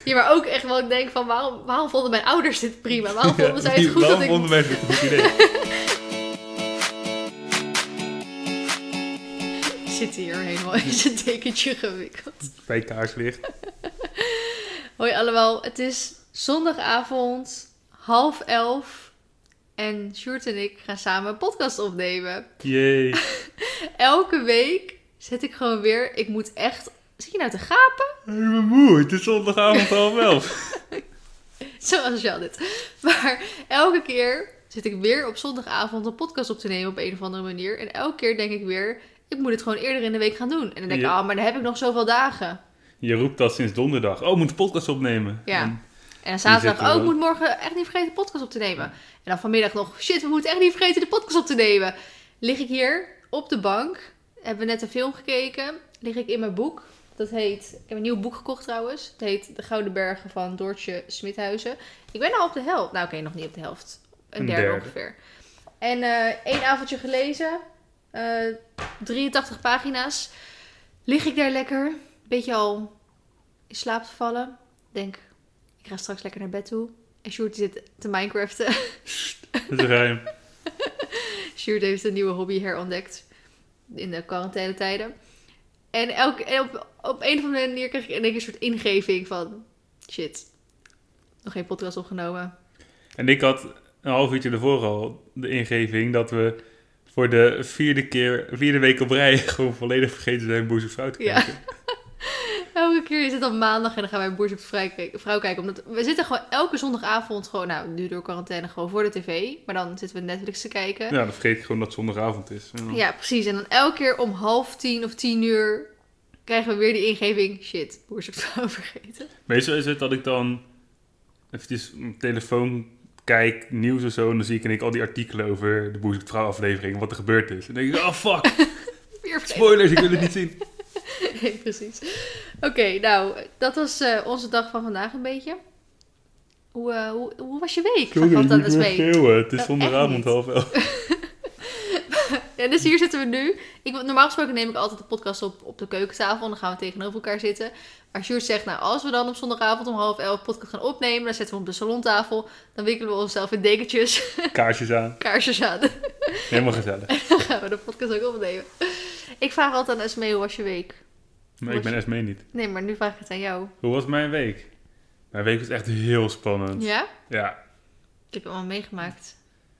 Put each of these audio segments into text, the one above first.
Ja, maar ook echt wel, ik denk van, waarom vonden mijn ouders dit prima? Waarom vonden zij het goed waarom dat ik... vonden wij het een goed idee? Zit hier helemaal in zijn dekentje gewikkeld. Bij kaarslicht. Hoi allemaal, het is zondagavond, 10:30 en Sjoerd en ik gaan samen een podcast opnemen. Jee. Elke week zet ik gewoon weer, ik moet echt... Zit je nou te gapen? Ik ben moe, het is zondagavond 10:30. Zo asociaal dit. Maar elke keer zit ik weer op zondagavond een podcast op te nemen op een of andere manier. En elke keer denk ik weer, ik moet het gewoon eerder in de week gaan doen. En dan denk ik, maar dan heb ik nog zoveel dagen. Je roept dat sinds donderdag. Oh, ik moet een podcast opnemen. Ja. En dan zaterdag, ik moet morgen echt niet vergeten de podcast op te nemen. En dan vanmiddag nog, shit, we moeten echt niet vergeten de podcast op te nemen. Lig ik hier op de bank, hebben we net een film gekeken, lig ik in mijn boek. Dat heet, ik heb een nieuw boek gekocht trouwens. Het heet De Gouden Bergen van Doortje Smithuizen. Ik ben al op de helft. Nou oké, nog niet op de helft. Een derde ongeveer. En 1 avondje gelezen. 83 pagina's. Lig ik daar lekker. Beetje al in slaap te vallen. Denk, ik ga straks lekker naar bed toe. En Sjoerd zit te Minecraften. Dat is ruim. Sjoerd heeft een nieuwe hobby herontdekt. In de quarantainetijden. En op een of andere manier kreeg ik een soort ingeving van... Shit, nog geen podcast opgenomen. En ik had een half uurtje ervoor al de ingeving dat we voor de vierde week op rij gewoon volledig vergeten zijn Boer Zoekt Vrouw te kijken. Ja. Elke keer is het op maandag en dan gaan wij Boer Zoekt Vrouw kijken. Omdat we zitten gewoon elke zondagavond gewoon, nou nu door quarantaine gewoon voor de tv. Maar dan zitten we Netflix te kijken. Ja, dan vergeet ik gewoon dat het zondagavond is. Ja, precies. En dan elke keer om 9:30 of 10:00 krijgen we weer die ingeving. Shit, Boer Zoekt Vrouw vergeten. Meestal is het dat ik dan eventjes op mijn telefoon kijk, nieuws of zo. En dan zie ik al die artikelen over de Boer Zoekt Vrouw aflevering. Wat er gebeurd is. En dan denk ik, oh fuck. Spoilers, ik wil het niet zien. Nee, precies. Oké, nou, dat was onze dag van vandaag een beetje. Hoe was je week? Sorry, ik moet weer schreeuwen. Het is zondagavond 10:30. Ja, dus hier zitten we nu. Normaal gesproken neem ik altijd de podcast op de keukentafel. En dan gaan we tegenover elkaar zitten. Maar Sjoerd zegt, nou, als we dan op zondagavond om 10:30 podcast gaan opnemen... dan zetten we op de salontafel. Dan wikkelen we onszelf in dekentjes. Kaarsjes aan. Helemaal gezellig. En dan gaan we de podcast ook opnemen. Ik vraag altijd aan Esmee, hoe was je week? Maar ik ben Esmee niet. Nee, maar nu vraag ik het aan jou. Hoe was mijn week? Mijn week was echt heel spannend. Ja? Ja. Ik heb het allemaal meegemaakt.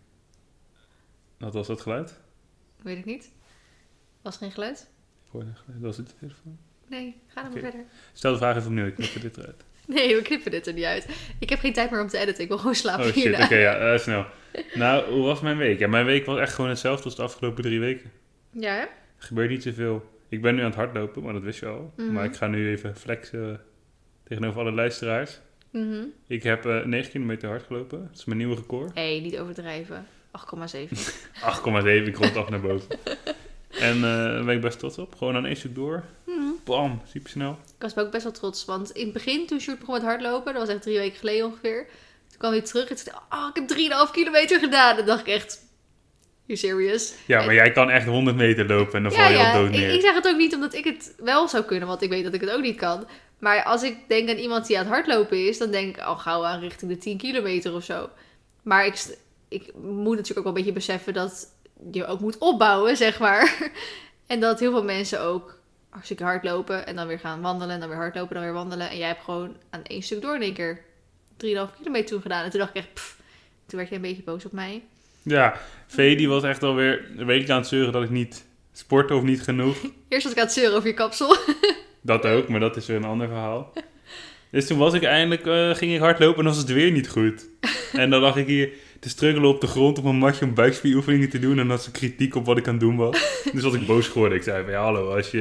Wat was dat geluid? Weet ik niet. Was geen geluid? Was het de telefoon? Nee, ga dan maar verder. Stel de vraag even opnieuw, ik knip dit eruit. Nee, we knippen dit er niet uit. Ik heb geen tijd meer om te editen, ik wil gewoon slapen hierna. hierna. Oké, ja, snel. Nou, hoe was mijn week? Ja, mijn week was echt gewoon hetzelfde als de afgelopen 3 weken. Ja, hè? Er gebeurt niet zoveel. Ik ben nu aan het hardlopen, maar dat wist je al. Mm-hmm. Maar ik ga nu even flexen tegenover alle luisteraars. Mm-hmm. Ik heb 9 kilometer hard gelopen. Dat is mijn nieuwe record. Hé, niet overdrijven. 8,7. 8,7, ik rond af naar boven. En daar ben ik best trots op. Gewoon aan 1 stuk door. Mm-hmm. Bam, super snel. Ik was ook best wel trots, want in het begin, toen Sjoerd begon met hardlopen, dat was echt 3 weken geleden ongeveer. Toen kwam hij terug en zei, ik heb 3,5 kilometer gedaan. Dan dacht ik echt, you serious? Ja, maar jij kan echt 100 meter lopen en dan val je al dood neer. Ik zeg het ook niet omdat ik het wel zou kunnen, want ik weet dat ik het ook niet kan. Maar als ik denk aan iemand die aan het hardlopen is, dan denk ik al gauw aan richting de 10 kilometer of zo. Maar ik moet natuurlijk ook wel een beetje beseffen dat je ook moet opbouwen, zeg maar. En dat heel veel mensen ook hartstikke hard lopen en dan weer gaan wandelen en dan weer hardlopen en dan weer wandelen. En jij hebt gewoon aan 1 stuk door in één keer 3,5 kilometer toen gedaan. En toen dacht ik echt, toen werd je een beetje boos op mij. Ja, Vee die was echt alweer een week aan het zeuren dat ik niet sportte of niet genoeg. Eerst was ik aan het zeuren over je kapsel. Dat ook, maar dat is weer een ander verhaal. Dus toen was ik eindelijk, ging ik hardlopen en dan was het weer niet goed. En dan lag ik hier te struggelen op de grond op een matje om buikspieroefeningen te doen. En dan had ze kritiek op wat ik aan het doen was. Dus was ik boos geworden. Ik zei van, ja hallo, als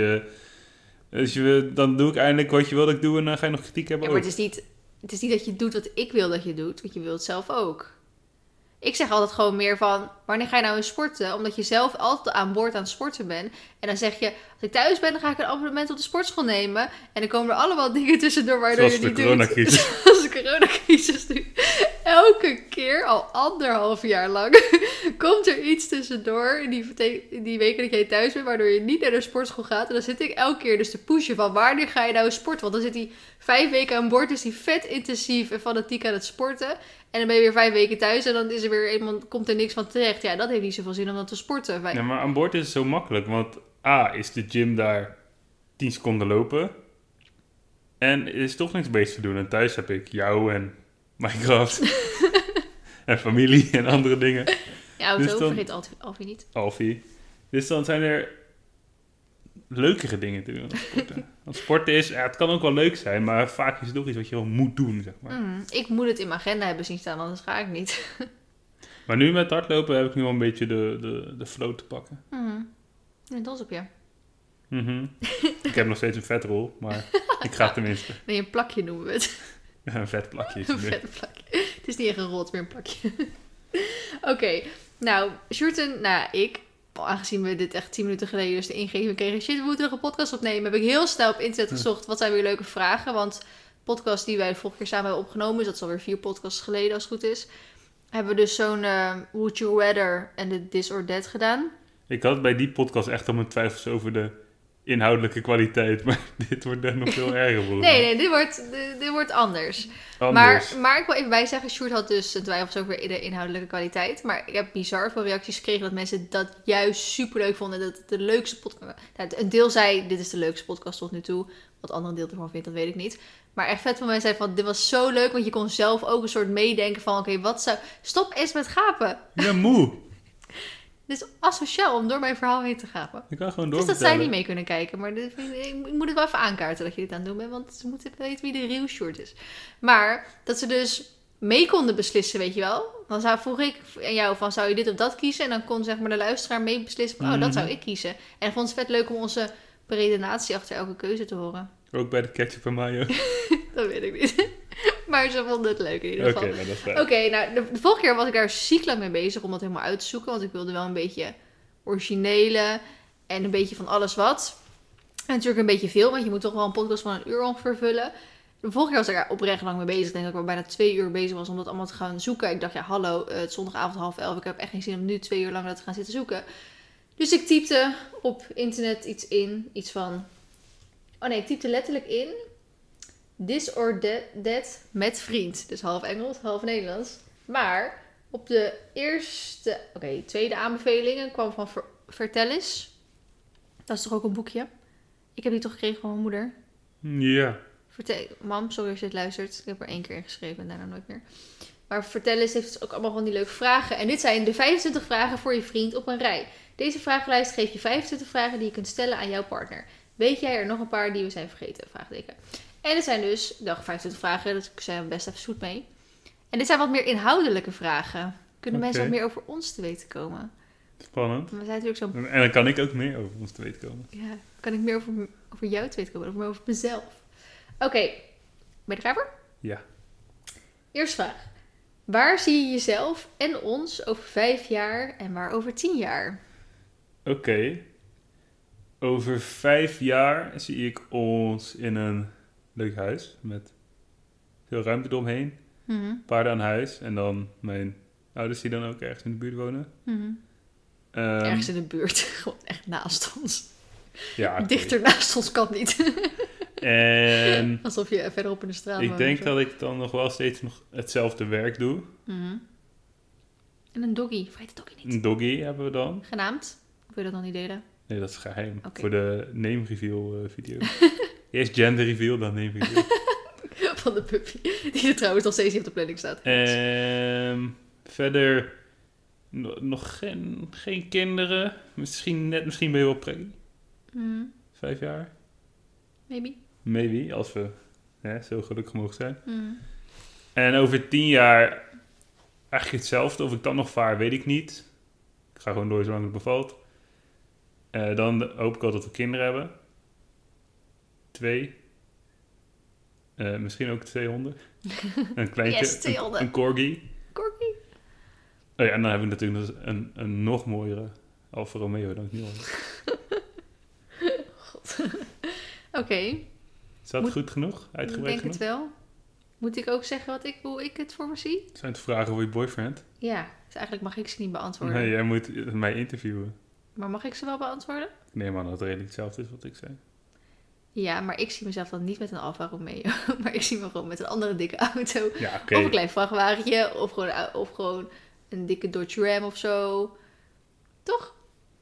je, dan doe ik eindelijk wat je wil dat ik doe en dan ga je nog kritiek hebben Ja, maar ook. het is niet dat je doet wat ik wil dat je doet, want je wilt het zelf ook. Ik zeg altijd gewoon meer van, wanneer ga je nou eens sporten? Omdat je zelf altijd aan boord aan het sporten bent. En dan zeg je, als ik thuis ben, dan ga ik een abonnement op de sportschool nemen. En dan komen er allemaal dingen tussendoor waardoor je niet doet. Coronacrisis. Zoals de coronacrisis nu. elke keer, al 1,5 jaar lang, komt er iets tussendoor in die weken dat jij thuis bent, waardoor je niet naar de sportschool gaat. En dan zit ik elke keer dus te pushen van wanneer ga je nou sporten? Want dan zit hij 5 weken aan boord, is hij vet intensief en fanatiek aan het sporten. En dan ben je weer 5 weken thuis en dan is er weer komt er niks van terecht. Ja, dat heeft niet zoveel zin om dan te sporten. Ja, maar aan boord is het zo makkelijk, want A, is de gym daar 10 seconden lopen. En er is toch niks beters te doen. En thuis heb ik jou en Minecraft. En familie en andere dingen. Ja, auto, dus vergeet Alfie niet. Alfie. Dus dan zijn er leukere dingen te doen dan sporten. Want sporten is, het kan ook wel leuk zijn, maar vaak is het ook iets wat je wel moet doen, zeg maar. Ik moet het in mijn agenda hebben zien staan, anders ga ik niet. Maar nu met hardlopen heb ik nu wel een beetje de flow te pakken. En dat is op je. Ik heb nog steeds een vetrol, maar ik ga tenminste. Nee, een plakje noemen we het. Ja, een vet plakje. Een vet plakje. Het is niet echt een rol, het is meer een plakje. Oké, nou, Sjoerd ik, aangezien we dit echt 10 minuten geleden dus de ingeving kregen, shit, we moeten nog een podcast opnemen, heb ik heel snel op internet gezocht, wat zijn weer leuke vragen, want de podcast die wij vorige keer samen hebben opgenomen, dus dat is alweer 4 podcasts geleden als het goed is, hebben we dus zo'n Would You Rather en de This or That gedaan. Ik had bij die podcast echt al mijn twijfels over de inhoudelijke kwaliteit, maar dit wordt dan nog veel erger voor Nee, dit wordt anders. Maar ik wil even bijzeggen, Sjoerd had dus twijfels over de inhoudelijke kwaliteit. Maar ik heb bizar veel reacties gekregen dat mensen dat juist superleuk vonden. Dat het de leukste podcast... Nou, een deel zei, dit is de leukste podcast tot nu toe. Wat andere deel ervan vindt, dat weet ik niet. Maar echt vet van mij zei van, dit was zo leuk. Want je kon zelf ook een soort meedenken van, oké, wat zou... Stop eens met gapen. Ja, moe. Het is asociaal om door mijn verhaal heen te gapen. Ik kan gewoon dus dat zij niet mee kunnen kijken. Maar ik moet het wel even aankaarten dat je dit aan het doen bent. Want ze moeten weten wie de real Sjoerd is. Maar dat ze dus mee konden beslissen, weet je wel. Dan vroeg ik aan jou van, zou je dit of dat kiezen? En dan kon zeg maar de luisteraar mee beslissen van, dat zou ik kiezen. En ik vond het vet leuk om onze redenatie achter elke keuze te horen. Ook bij de ketchup en mayo? Dat weet ik niet. Maar ze vonden het leuk in ieder geval. Oké, dat is fijn. Oké, nou, de vorige keer was ik daar ziek lang mee bezig om dat helemaal uit te zoeken. Want ik wilde wel een beetje originele en een beetje van alles wat. En natuurlijk een beetje veel, want je moet toch wel een podcast van 1 uur ongeveer vullen. De vorige keer was ik daar oprecht lang mee bezig. Ik denk dat ik wel bijna 2 uur bezig was om dat allemaal te gaan zoeken. Ik dacht, ja hallo, het is zondagavond 10:30. Ik heb echt geen zin om nu 2 uur lang dat te gaan zitten zoeken. Dus ik typte op internet iets in. Iets van... Oh nee, ik typte letterlijk in... This or that met vriend. Dus half Engels, half Nederlands. Maar op de tweede aanbevelingen kwam van Vertel eens. Dat is toch ook een boekje? Ik heb die toch gekregen van mijn moeder? Ja. Mam, sorry als je het luistert. Ik heb er 1 keer in geschreven en daarna nooit meer. Maar Vertel eens heeft dus ook allemaal van die leuke vragen. En dit zijn de 25 vragen voor je vriend op een rij. Deze vragenlijst geeft je 25 vragen die je kunt stellen aan jouw partner. Weet jij er nog een paar die we zijn vergeten? Vraagteken. En dit zijn dus, ik dacht 25 vragen, dus ik zei best even zoet mee. En dit zijn wat meer inhoudelijke vragen. Kunnen mensen wat meer over ons te weten komen? Spannend. We zijn natuurlijk zo... En dan kan ik ook meer over ons te weten komen. Ja, kan ik meer over jou te weten komen, over mezelf. Oké, ben je er klaar voor? Ja. Eerste vraag. Waar zie je jezelf en ons over 5 jaar en waar over 10 jaar? Oké. Over 5 jaar zie ik ons in een leuk huis met veel ruimte eromheen. Paarden aan huis. En dan mijn ouders die dan ook ergens in de buurt wonen. Ergens in de buurt. Gewoon echt naast ons. Ja, okay. Dichter naast ons kan niet. En alsof je verderop in de straat woont. Ik denk dat ik dan nog wel steeds nog hetzelfde werk doe. En een doggy. Vergeet de doggy niet. Een doggy hebben we dan. Genaamd? Of wil je dat dan niet delen? Nee, dat is geheim. Okay. Voor de name reveal video. Eerst gender reveal, dan name reveal. Van de puppy. Die er trouwens nog steeds niet op de planning staat. Verder nog geen kinderen. Misschien ben je wel preggie. 5 jaar. Maybe, als we zo gelukkig mogen zijn. En over 10 jaar eigenlijk hetzelfde. Of ik dan nog vaar, weet ik niet. Ik ga gewoon door zolang het bevalt. Dan hoop ik wel dat we kinderen hebben. 2. Misschien ook 2 honden. Een kleintje. Yes, 2 honden. Een corgi. Corgi? Oh ja, en dan hebben we natuurlijk een nog mooiere Alfa Romeo dan ik nu al heb. God. Oké. Is dat goed genoeg? Uitgebreid genoeg? Ik denk het wel. Moet ik ook zeggen hoe ik het voor me zie? Zijn te vragen voor je boyfriend? Ja, dus eigenlijk mag ik ze niet beantwoorden. Nee, jij moet mij interviewen. Maar mag ik ze wel beantwoorden? Nee man, dat het redelijk hetzelfde is wat ik zei. Ja, maar ik zie mezelf dan niet met een Alfa Romeo. Maar ik zie me gewoon met een andere dikke auto. Ja, oké. Of een klein vrachtwagentje. Of gewoon een dikke Dodge Ram of zo. Toch?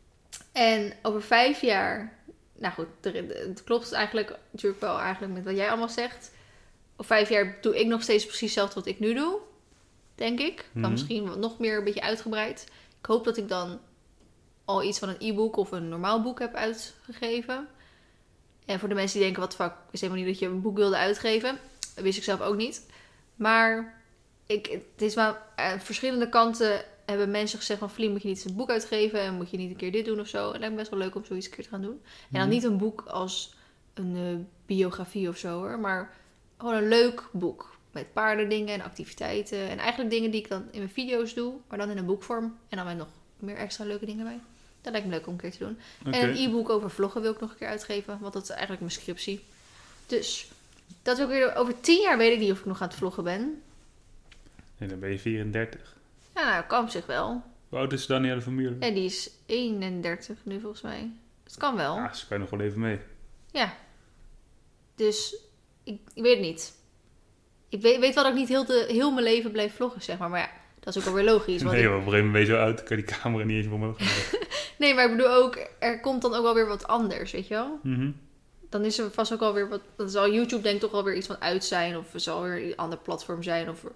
En over 5 jaar... Nou goed, het klopt eigenlijk natuurlijk wel eigenlijk met wat jij allemaal zegt. Over 5 jaar doe ik nog steeds precies hetzelfde wat ik nu doe. Denk ik. Dan misschien nog meer een beetje uitgebreid. Ik hoop dat ik dan al iets van een e-book of een normaal boek heb uitgegeven. En voor de mensen die denken, wat fuck, is helemaal niet dat je een boek wilde uitgeven. Dat wist ik zelf ook niet. Maar het is maar verschillende kanten hebben mensen gezegd van... Vlien, moet je niet eens een boek uitgeven en moet je niet een keer dit doen of zo. En het lijkt me best wel leuk om zoiets een keer te gaan doen. En dan niet een boek als een biografie of zo hoor. Maar gewoon een leuk boek. Met paardendingen en activiteiten. En eigenlijk dingen die ik dan in mijn video's doe. Maar dan in een boekvorm. En dan met nog meer extra leuke dingen bij. Dat lijkt me leuk om een keer te doen. Okay. En een e-book over vloggen wil ik nog een keer uitgeven. Want dat is eigenlijk mijn scriptie. Dus dat is ook weer over 10 jaar weet ik niet of ik nog aan het vloggen ben. Nee, dan ben je 34. Ja, nou, kan op zich wel. Hoe oud is Danielle de familie? Ja, die is 31 nu volgens mij. Dat kan wel. Ja, ze kan nog wel even mee. Ja. Dus, ik weet het niet. Ik weet wel dat ik niet heel mijn leven blijf vloggen, zeg maar. Maar ja, dat is ook alweer logisch. Nee, op een gegeven moment ben je zo oud, kan je die camera niet eens voor omhoog gaan. Nee, maar ik bedoel ook, er komt dan ook wel weer wat anders, weet je wel? Mm-hmm. Dan is er vast ook alweer wat... Dan zal YouTube denk ik toch alweer iets van uit zijn. Of er zal weer een ander platform zijn. Of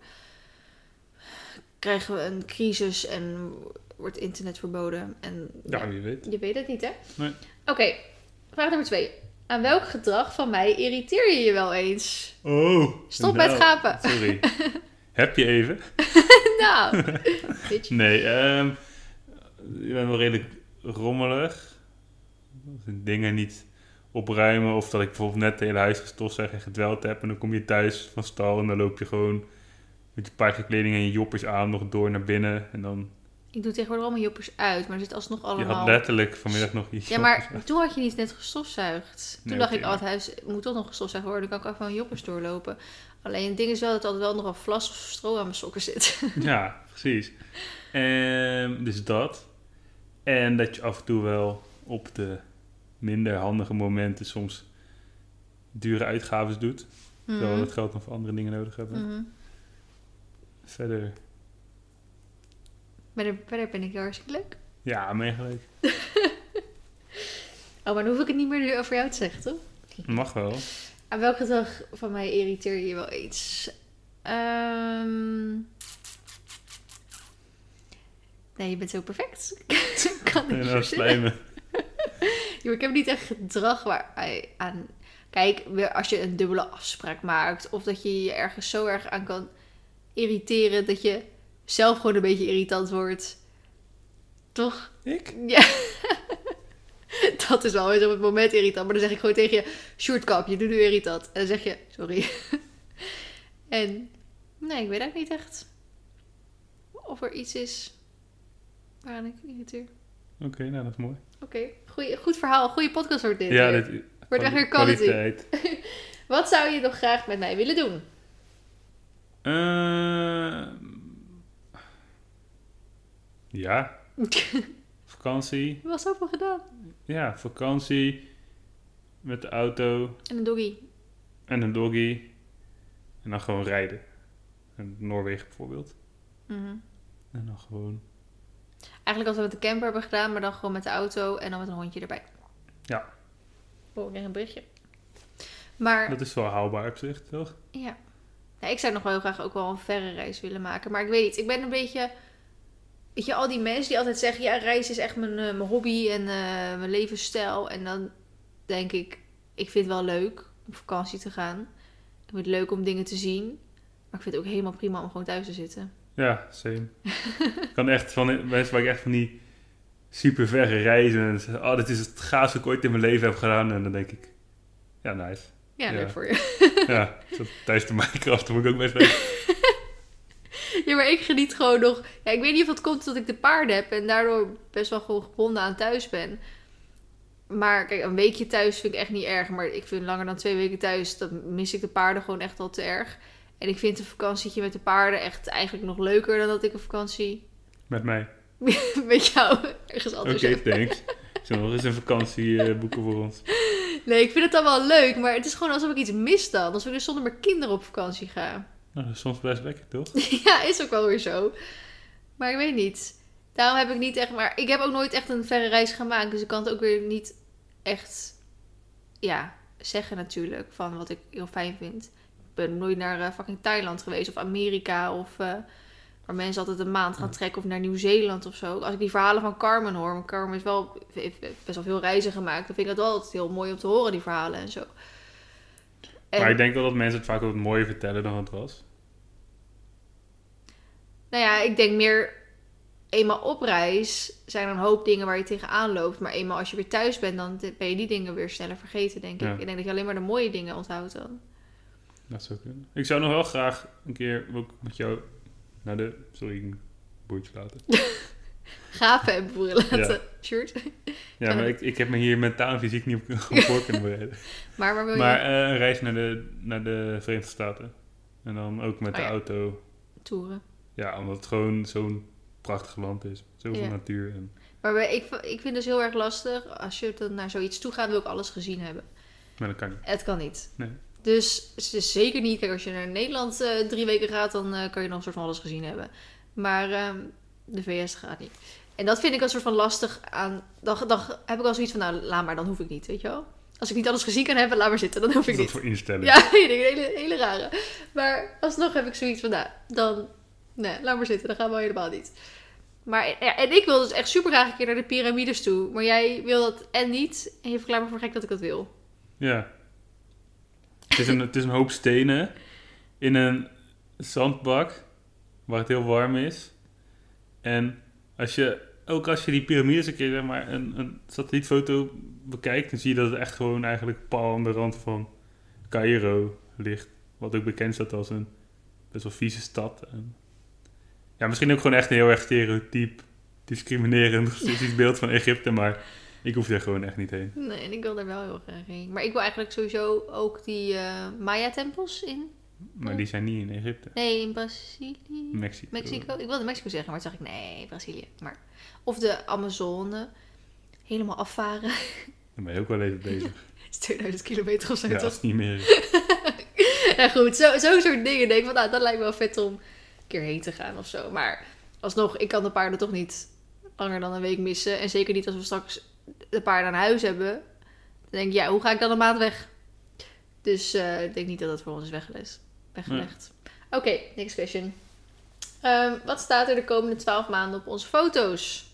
krijgen we een crisis en wordt internet verboden. En, ja, wie weet. Je weet het niet, hè? Nee. Oké, vraag nummer 2. Aan welk gedrag van mij irriteer je je wel eens? Oh. Stop met gapen. Sorry. Heb je even? Nou. Nee, je bent wel redelijk rommelig. Dingen niet opruimen. Of dat ik bijvoorbeeld net het hele huis gestofzuigd en gedweld heb. En dan kom je thuis van stal en dan loop je gewoon met je paardkleding en je joppers aan nog door naar binnen. En dan... Ik doe tegenwoordig allemaal joppers uit, maar er zit alsnog allemaal... Je had letterlijk vanmiddag nog iets. Ja, maar toen had je niet net gestofzuigd. Toen nee, dacht ik, het huis moet toch nog gestofzuigd worden. Dan kan ik even joppers doorlopen. Alleen het ding is wel dat er altijd wel nog een vlas of stro aan mijn sokken zit. Ja, precies. Dus dat. En dat je af en toe wel op de minder handige momenten soms dure uitgaves doet. Terwijl we het geld nog voor andere dingen nodig hebben. Mm-hmm. Verder ben ik heel hartstikke leuk. Ja, mega leuk. Oh, maar dan hoef ik het niet meer over jou te zeggen, toch? Mag wel. Aan welk gedrag van mij irriteer je wel eens? Nee, je bent zo perfect. Kan ik niet slijmen. Ja, ik heb niet echt gedrag waar aan... Kijk, als je een dubbele afspraak maakt... of dat je je ergens zo erg aan kan irriteren... dat je zelf gewoon een beetje irritant wordt. Toch? Ik? Ja. Dat is wel eens op het moment irritant. Maar dan zeg ik gewoon tegen je... Shortcap, je doet nu irritant. En dan zeg je... Sorry. En... Nee, ik weet eigenlijk niet echt... of er iets is... waaraan ik irriteer. Oké, nou dat is mooi. Oké, goed verhaal. Goeie podcast wordt dit. Ja, dit wordt echt weer kwaliteit. Wat zou je nog graag met mij willen doen? Ja. Vakantie. Er was zoveel gedaan. Ja, vakantie. Met de auto. En een doggy. En een doggy. En dan gewoon rijden. In Noorwegen bijvoorbeeld. Mm-hmm. En dan gewoon... Eigenlijk wat we met de camper hebben gedaan, maar dan gewoon met de auto en dan met een hondje erbij. Ja. Oh, ik krijg een berichtje. Maar... Dat is wel haalbaar op zich, toch? Ja. Ja. Ik zou nog wel heel graag ook wel een verre reis willen maken. Maar ik weet niet, ik ben een beetje... Weet je, al die mensen die altijd zeggen... Ja, reizen is echt mijn hobby en mijn levensstijl. En dan denk ik... Ik vind het wel leuk om op vakantie te gaan. Ik vind het leuk om dingen te zien. Maar ik vind het ook helemaal prima om gewoon thuis te zitten. Ja, same. Ik kan echt van mensen waar ik echt van die super verre reizen. En dit is het gaafste wat ik ooit in mijn leven heb gedaan. En dan denk ik, ja, nice. Ja, leuk voor je. Ja, tijdens de Minecraft vond ik ook best leuk. Ja, maar ik geniet gewoon nog... Ja, ik weet niet of het komt dat ik de paarden heb en daardoor best wel gewoon gebonden aan thuis ben. Maar kijk, een weekje thuis vind ik echt niet erg. Maar ik vind langer dan 2 weken thuis, dan mis ik de paarden gewoon echt al te erg. En ik vind een vakantietje met de paarden echt eigenlijk nog leuker dan dat ik een vakantie Met mij. met jou ergens anders heb. Oké, thanks. Zullen we nog eens een vakantie boeken voor ons? Nee, ik vind het dan wel leuk, maar het is gewoon alsof ik iets mis dan. Alsof ik dus zonder mijn kinderen op vakantie ga. Nou, dat is soms best lekker, toch? Ja, is ook wel weer zo. Maar ik weet niet. Daarom heb ik niet echt... Maar ik heb ook nooit echt een verre reis gemaakt. Dus ik kan het ook weer niet echt... Ja, zeggen natuurlijk. Van wat ik heel fijn vind. Ik ben nooit naar fucking Thailand geweest. Of Amerika. Of waar mensen altijd een maand gaan trekken. Of naar Nieuw-Zeeland of zo. Als ik die verhalen van Carmen hoor. Want Carmen heeft best wel veel reizen gemaakt. Dan vind ik dat wel altijd heel mooi om te horen, die verhalen en zo. Maar ik denk wel dat mensen het vaak wat mooier vertellen dan het was. Nou ja, ik denk meer... Eenmaal op reis zijn er een hoop dingen waar je tegenaan loopt. Maar eenmaal als je weer thuis bent, dan ben je die dingen weer sneller vergeten, denk ik. Ik denk dat je alleen maar de mooie dingen onthoudt dan. Dat zou kunnen. Ik zou nog wel graag een keer ook met jou naar de... Sorry, ik moet een boertje laten. Gaven en boeren laten. Ja. Shirt. Ja, maar ik heb me hier mentaal en fysiek niet op voor kunnen bereiden. Maar waar wil je? Maar een reis naar de Verenigde Staten. En dan ook met de auto. Toeren. Ja, omdat het gewoon zo'n prachtig land is. Zoveel natuur. En... Maar ik vind het dus heel erg lastig. Als je dan naar zoiets toe gaat, wil ik alles gezien hebben. Maar dat kan niet. Het kan niet. Nee. Dus het is zeker niet... Kijk, als je naar Nederland 3 weken gaat, dan kan je nog een soort van alles gezien hebben. Maar de VS gaat niet. En dat vind ik een soort van lastig aan... Dan heb ik al zoiets van, nou, laat maar, dan hoef ik niet, weet je wel? Als ik niet alles gezien kan hebben, laat maar zitten, dan hoef ik niet. Wat voor instelling? Ja, een hele rare. Maar alsnog heb ik zoiets van, nou, dan... Nee, laat maar zitten, dan gaan we helemaal niet. Maar, ja, en ik wil dus echt super graag een keer naar de piramides toe. Maar jij wil dat en niet. En je verklaart me voor gek dat ik dat wil. Ja. Het is een hoop stenen in een zandbak waar het heel warm is. En als je die piramides een keer zeg maar een satellietfoto bekijkt, dan zie je dat het echt gewoon eigenlijk pal aan de rand van Caïro ligt. Wat ook bekend staat als een best wel vieze stad. En ja, misschien ook gewoon echt een heel erg stereotyp, discriminerend racistisch beeld van Egypte, maar ik hoef er gewoon echt niet heen. Nee, en ik wil daar wel heel graag heen. Maar ik wil eigenlijk sowieso ook die Maya-tempels in. Maar die zijn niet in Egypte. Nee, in Brazilië. Mexico. Ik wilde Mexico zeggen, maar toen dacht ik, nee, Brazilië. Maar... Of de Amazone. Helemaal afvaren. Daar ben je ook wel even bezig. Het is 2000 kilometer of zo, ja, toch? als het niet meer is. Ja, goed. Zo'n soort dingen. Denk ik van, nou, dat lijkt me wel vet om een keer heen te gaan of zo. Maar alsnog, ik kan de paarden toch niet langer dan een week missen. En zeker niet als we straks de paarden aan huis hebben. Dan denk ik, ja, hoe ga ik dan een maand weg? Dus ik denk niet dat dat voor ons is weggelegd. Nee. Oké, next question. Wat staat er de komende 12 maanden op onze foto's?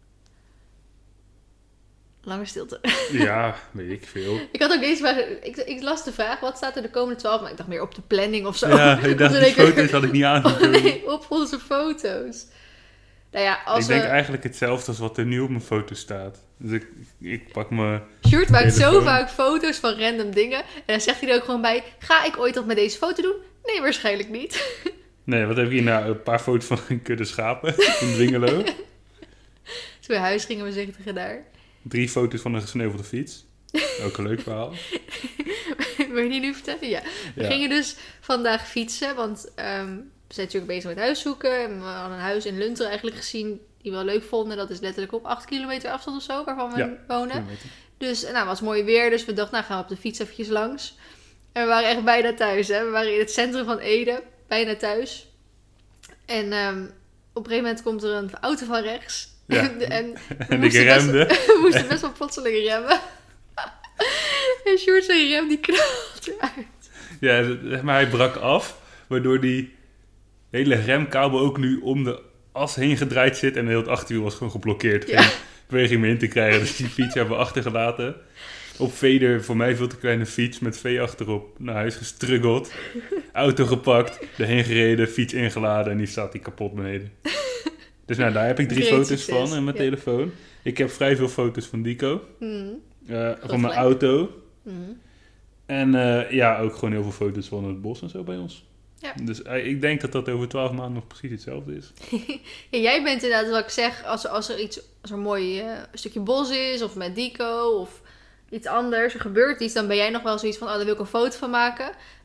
Lange stilte. Ja, weet ik veel. Ik had ook deze vraag... Ik las de vraag, wat staat er de komende 12 maanden? Ik dacht meer op de planning of zo. Ja, ik dacht, die foto's had ik niet aan. Nee, op onze foto's. Nou ja, ik denk eigenlijk hetzelfde als wat er nu op mijn foto staat. Dus ik pak me... Sjoerd maakt zo vaak foto's van random dingen. En dan zegt hij er ook gewoon bij... Ga ik ooit wat met deze foto doen? Nee, waarschijnlijk niet. Nee, wat heb ik hier nou? Een paar foto's van een kudde schapen in Dwingelo. Dus bij huis gingen we zitten daar. 3 foto's van een gesneuvelde fiets. Ook een leuk verhaal. Wil je die nu vertellen? Ja. We gingen dus vandaag fietsen. Want we zijn natuurlijk bezig met huiszoeken. En we hadden een huis in Lunteren eigenlijk gezien... die we wel leuk vonden. Dat is letterlijk op 8 kilometer afstand of zo... waarvan we wonen. Kilometer. Dus het was mooi weer. Dus we dachten, nou gaan we op de fiets eventjes langs. En we waren echt bijna thuis. Hè? We waren in het centrum van Ede. Bijna thuis. En op een gegeven moment komt er een auto van rechts. Ja. en ik remde. We moesten best wel plotseling remmen. En Sjoerd zijn rem die knalt eruit. Ja, maar hij brak af. Waardoor die hele remkabel ook nu om de as heen gedraaid zit. En heel het achterwiel was gewoon geblokkeerd. Geen beweging meer in te krijgen. Dus die fiets hebben we achtergelaten. Op Veder, voor mij veel te kleine fiets met V achterop, naar huis gestruggeld. Auto gepakt, erheen gereden, fiets ingeladen en die staat die kapot beneden. Dus nou, daar heb ik 3 foto's van in mijn telefoon. Ik heb vrij veel foto's van Dico. Van mijn auto. En ook gewoon heel veel foto's van het bos en zo bij ons. Ja. Dus ik denk dat dat over 12 maanden nog precies hetzelfde is. Ja, jij bent inderdaad, wat ik zeg, als er een mooi stukje bos is, of met Dico, of iets anders, er gebeurt iets, dan ben jij nog wel zoiets van, daar wil ik een foto van maken.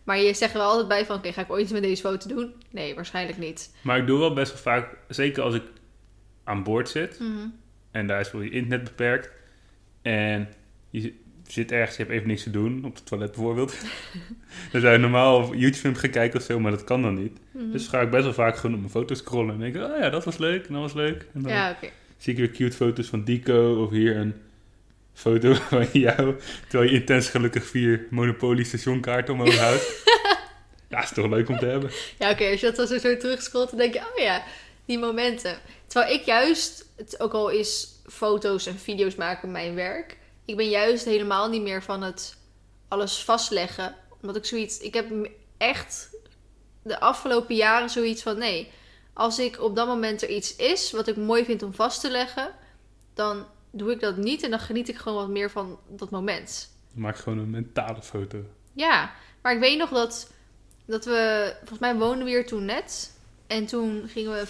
Maar je zegt er wel altijd bij van, oké, ga ik ooit iets met deze foto doen? Nee, waarschijnlijk niet. Maar ik doe wel best wel vaak, zeker als ik aan boord zit. En daar is wel je internet beperkt. En je zit ergens, je hebt even niks te doen. Op het toilet bijvoorbeeld. Dan zou je normaal op YouTube gaan kijken of zo, maar dat kan dan niet. Dus ga ik best wel vaak gewoon op mijn foto's scrollen. En denk ik, oh ja, dat was leuk en dat was leuk. En dan zie ik weer cute foto's van Dico. Of hier een foto van jou. Terwijl je intens gelukkig 4 Monopoly stationkaarten omhoog houdt. Ja, is toch leuk om te hebben. Ja, oké, als je dat zo terugscrollt, dan denk je, oh ja, die momenten. Terwijl ik juist, het ook al is foto's en video's maken mijn werk, ik ben juist helemaal niet meer van het alles vastleggen. Omdat ik heb echt de afgelopen jaren zoiets van, nee, als ik op dat moment er iets is wat ik mooi vind om vast te leggen, dan doe ik dat niet en dan geniet ik gewoon wat meer van dat moment. Maak gewoon een mentale foto. Ja, maar ik weet nog dat we, volgens mij woonden we hier toen net. En toen gingen we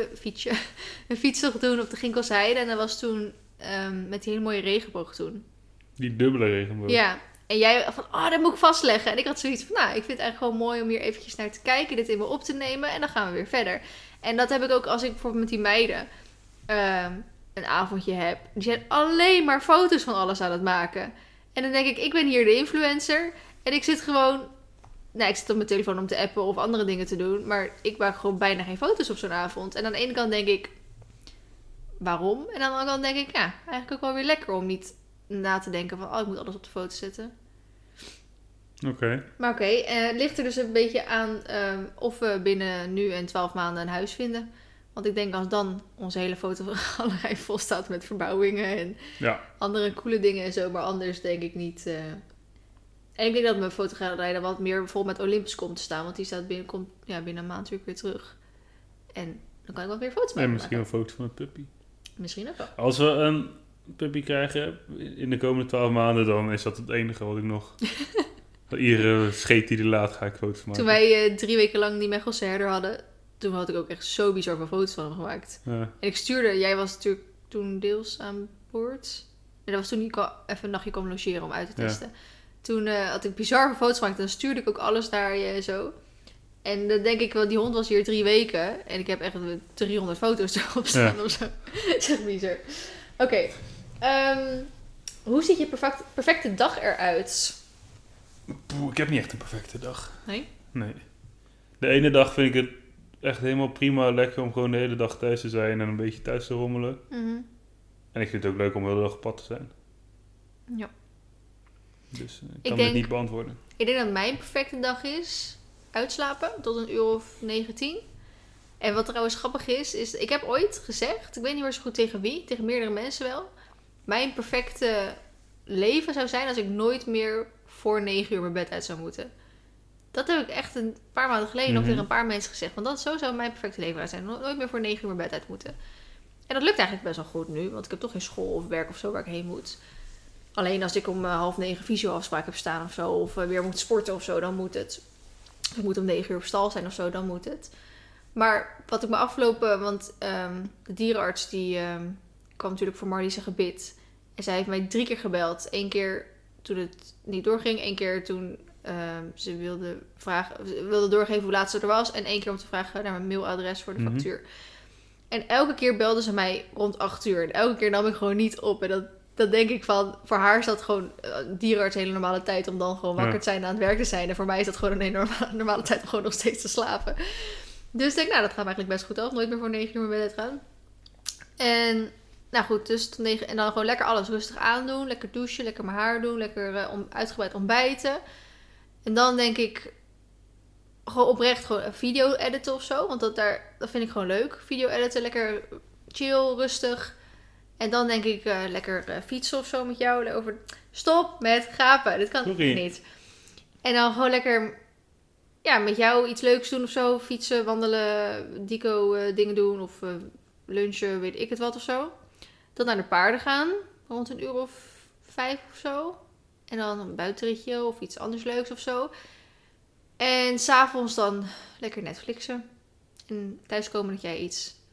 een fietstocht doen op de Ginkelsheide. En dat was toen met die hele mooie regenboog toen. Die dubbele regenboog. Ja, en jij van, dat moet ik vastleggen. En ik had zoiets van, ik vind het eigenlijk gewoon mooi om hier eventjes naar te kijken. Dit in me op te nemen en dan gaan we weer verder. En dat heb ik ook als ik bijvoorbeeld met die meiden een avondje heb. Die zijn alleen maar foto's van alles aan het maken. En dan denk ik ben hier de influencer. En ik zit gewoon... ik zit op mijn telefoon om te appen of andere dingen te doen. Maar ik maak gewoon bijna geen foto's op zo'n avond. En aan de ene kant denk ik, waarom? En aan de andere kant denk ik, eigenlijk ook wel weer lekker om niet na te denken van, ik moet alles op de foto zetten. Oké. Maar het ligt er dus een beetje aan of we binnen nu en 12 maanden een huis vinden. Want ik denk als dan onze hele fotogalerij vol staat met verbouwingen en andere coole dingen en zo. Maar anders denk ik niet... En ik denk dat mijn fotogalerij dan wat meer vol met Olympus komt te staan. Want die staat binnen een maand natuurlijk weer terug. En dan kan ik wel weer foto's maken. En misschien een foto van een puppy. Misschien ook wel. Als we een puppy krijgen in de komende 12 maanden, dan is dat het enige wat ik nog... Iedere scheet die er laat, ga ik foto's maken. Toen wij 3 weken lang die Mechelse herder hadden, toen had ik ook echt zo bizar veel foto's van hem gemaakt. Ja. En ik stuurde, jij was natuurlijk toen deels aan boord. En dat was toen ik even een nachtje kwam logeren om uit te testen. Ja. Toen had ik bizar veel foto's gemaakt en dan stuurde ik ook alles naar je en zo. En dan denk ik wel, die hond was hier 3 weken. En ik heb echt 300 foto's erop staan of zo. Dat is echt bizar. Oké. Hoe ziet je perfecte dag eruit? Ik heb niet echt een perfecte dag. Nee? Nee. De ene dag vind ik het echt helemaal prima, lekker om gewoon de hele dag thuis te zijn en een beetje thuis te rommelen. Mm-hmm. En ik vind het ook leuk om de hele dag op pad te zijn. Ja. Dus ik kan het niet beantwoorden. Ik denk dat mijn perfecte dag is uitslapen tot 19:00. En wat trouwens grappig is ik heb ooit gezegd, ik weet niet meer zo goed tegen wie, tegen meerdere mensen wel, mijn perfecte leven zou zijn als ik nooit meer voor 9:00 mijn bed uit zou moeten. Dat heb ik echt een paar maanden geleden nog tegen een paar mensen gezegd. Want zo zou mijn perfecte leven zijn. Nooit meer voor 9:00 mijn bed uit moeten. En dat lukt eigenlijk best wel goed nu. Want ik heb toch geen school of werk of zo waar ik heen moet. Alleen als ik om 8:30 visio-afspraak heb staan of zo. Of weer moet sporten of zo, dan moet het. Of ik moet om 9:00 op stal zijn of zo, dan moet het. Maar wat ik me afgelopen... Want de dierenarts die kwam natuurlijk voor Marlie's gebit. En zij heeft mij 3 keer gebeld. 1 keer toen het niet doorging. 1 keer toen ze wilde doorgeven hoe laat ze er was. En 1 keer om te vragen naar mijn mailadres voor de factuur. En elke keer belde ze mij rond 8:00. En elke keer nam ik gewoon niet op. En dat denk ik van... Voor haar is dat gewoon dierenarts een hele normale tijd om dan gewoon wakker te zijn en aan het werk te zijn. En voor mij is dat gewoon een hele normale tijd om gewoon nog steeds te slapen. Dus ik denk, dat gaat me eigenlijk best goed af. Nooit meer voor 9:00 mijn bed uitgaan. En... Nou goed, dus tot 9 en dan gewoon lekker alles rustig aandoen. Lekker douchen, lekker mijn haar doen. Lekker uitgebreid ontbijten. En dan denk ik gewoon oprecht gewoon een video editen of zo. Want dat vind ik gewoon leuk. Video editen, lekker chill, rustig. En dan denk ik lekker fietsen of zo met jou. Stop met gapen, dit kan niet. En dan gewoon lekker met jou iets leuks doen of zo. Fietsen, wandelen, Dico dingen doen of lunchen, weet ik het wat of zo. Dan naar de paarden gaan, rond 1:05 of zo. En dan een buitenritje of iets anders leuks of zo. En 's avonds dan lekker Netflixen. En thuiskomen dat jij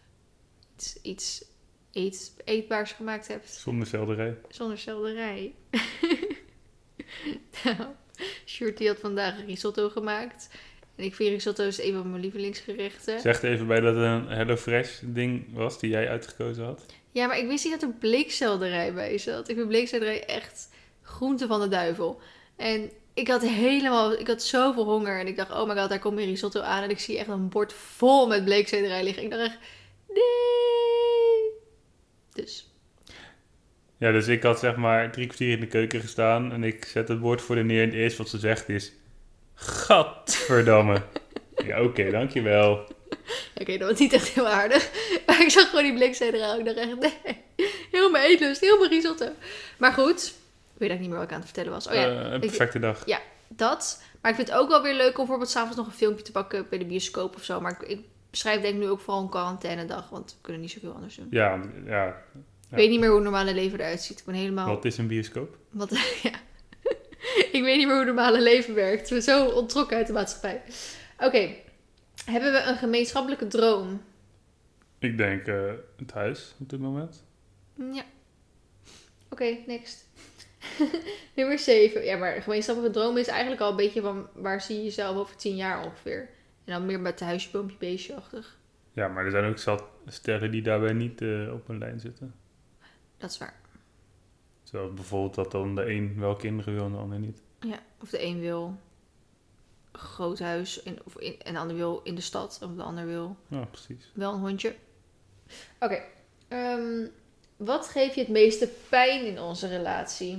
iets eetbaars gemaakt hebt. Zonder selderij. Zonder selderij. Sjoerd die had vandaag een risotto gemaakt. En ik vind risotto is een van mijn lievelingsgerechten. Zeg er even bij dat het een HelloFresh ding was die jij uitgekozen had. Ja, maar ik wist niet dat er bleekselderij bij zat. Ik vind bleekselderij echt groente van de duivel. En ik had zoveel honger. En ik dacht, oh my god, daar komt mijn risotto aan. En ik zie echt een bord vol met bleekselderij liggen. Ik dacht echt, nee. Dus. Ja, dus ik had zeg maar 3 kwartier in de keuken gestaan. En ik zet het bord voor de neer. En het eerste wat ze zegt is... Gadverdamme. Ja, oké, dankjewel. Oké, dat was niet echt heel aardig. Maar ik zag gewoon die bleekselderij. Ik dacht echt, nee. Heel mijn eetlust, heel mijn risotto. Maar goed. Ik weet eigenlijk niet meer wat ik aan het vertellen was. Oh ja. Een perfecte dag. Ja, dat. Maar ik vind het ook wel weer leuk om bijvoorbeeld 's avonds nog een filmpje te pakken bij de bioscoop of zo. Maar ik beschrijf denk ik nu ook vooral een quarantainedag. Want we kunnen niet zoveel anders doen. Ja. Ik weet niet meer hoe het normale leven eruit ziet. Ik ben helemaal... Wat is een bioscoop? Ja. Ik weet niet meer hoe het normale leven werkt. We zijn zo ontrokken uit de maatschappij. Oké. Hebben we een gemeenschappelijke droom? Ik denk het huis op dit moment. Ja. Oké, next. Nummer 7. Ja, maar een gemeenschappelijke droom is eigenlijk al een beetje van... waar zie je jezelf over 10 jaar ongeveer? En dan meer met de huisje, boompje, beestje-achtig. Ja, maar er zijn ook zat sterren die daarbij niet op een lijn zitten. Dat is waar. Zoals bijvoorbeeld dat dan de een wel kinderen wil en de ander niet. Ja, of de een wil een groot huis en de ander wil in de stad. Of de ander wil Ja, precies. wel een hondje. Oké. Wat geeft je het meeste pijn in onze relatie?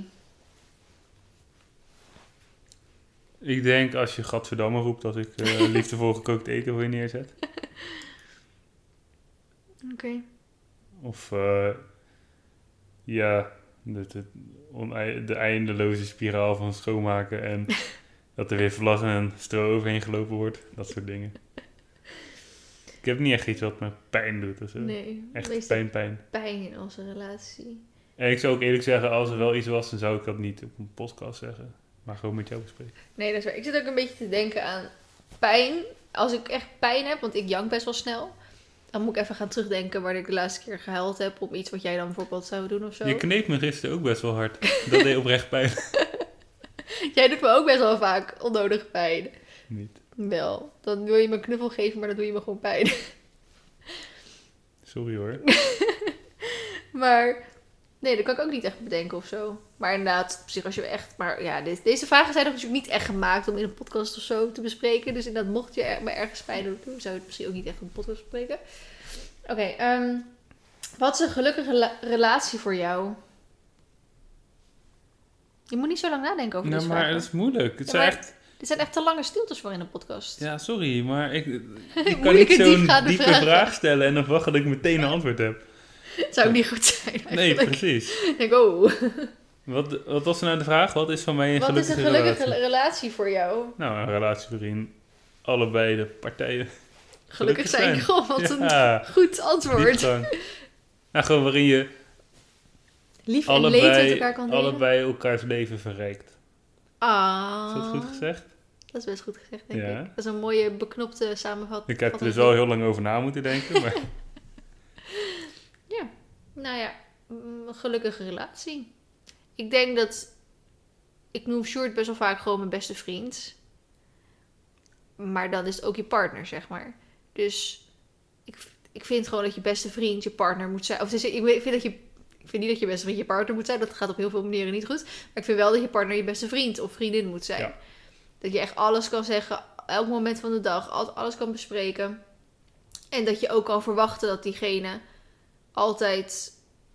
Ik denk als je gadverdamme roept dat ik liefdevol gekookt eten voor je neerzet. Oké. Of de eindeloze spiraal van schoonmaken en dat er weer vlas en stro overheen gelopen wordt. Dat soort dingen. Ik heb niet echt iets wat me pijn doet. Of zo. Nee. Echt pijn. Pijn in onze relatie. En ik zou ook eerlijk zeggen, als er wel iets was, dan zou ik dat niet op een podcast zeggen. Maar gewoon met jou bespreken. Nee, dat is waar. Ik zit ook een beetje te denken aan pijn. Als ik echt pijn heb, want ik jank best wel snel. Dan moet ik even gaan terugdenken waar ik de laatste keer gehuild heb. Om iets wat jij dan bijvoorbeeld zou doen of zo. Je kneep me gisteren ook best wel hard. Dat deed oprecht pijn. Jij doet me ook best wel vaak onnodig pijn. Niet. Wel. Dan wil je me een knuffel geven, maar dan doe je me gewoon pijn. Sorry hoor. Maar nee, dat kan ik ook niet echt bedenken of zo. Maar inderdaad, op zich als je echt... Maar ja, deze vragen zijn natuurlijk niet echt gemaakt om in een podcast of zo te bespreken. Dus inderdaad, mocht je me ergens pijn doen, zou je het misschien ook niet echt in een podcast bespreken. Oké, wat is een gelukkige relatie voor jou? Je moet niet zo lang nadenken over deze vragen. Maar dat is moeilijk. Het Ja, zijn maar echt... dit zijn echt te lange stiltes voor in een podcast. Ja, sorry, maar ik kan Moeilijke, niet zo'n diepgaande diepe vragen. vraag stellen en dan wachten dat ik meteen een antwoord heb. Zou ook niet goed zijn Nee, eigenlijk. precies. Ik denk, oh. Wat was nou de vraag? Wat is van mij een Wat is gelukkige een gelukkige relatie? relatie voor jou? Nou, een relatie waarin allebei de partijen Gelukkig zijn. Goh, wat Ja, een goed antwoord. diepgang. Nou, gewoon waarin je Lief en leed uit elkaar kan delen. allebei elkaars leven verrijkt. Ah. Is dat goed gezegd? Dat is best goed gezegd, denk Ja. ik. Dat is een mooie beknopte samenvatting. Ik heb er dus wel heel lang over na moeten denken. Maar Ja, nou ja, een gelukkige relatie. Ik denk dat... Ik noem Sjoerd best wel vaak gewoon mijn beste vriend. Maar dan is het ook je partner, zeg maar. Dus ik vind gewoon dat je beste vriend je partner moet zijn. Of dus, ik vind niet dat je beste vriend je partner moet zijn. Dat gaat op heel veel manieren niet goed. Maar ik vind wel dat je partner je beste vriend of vriendin moet zijn. Ja. Dat je echt alles kan zeggen. Elk moment van de dag. Alles kan bespreken. En dat je ook kan verwachten dat diegene altijd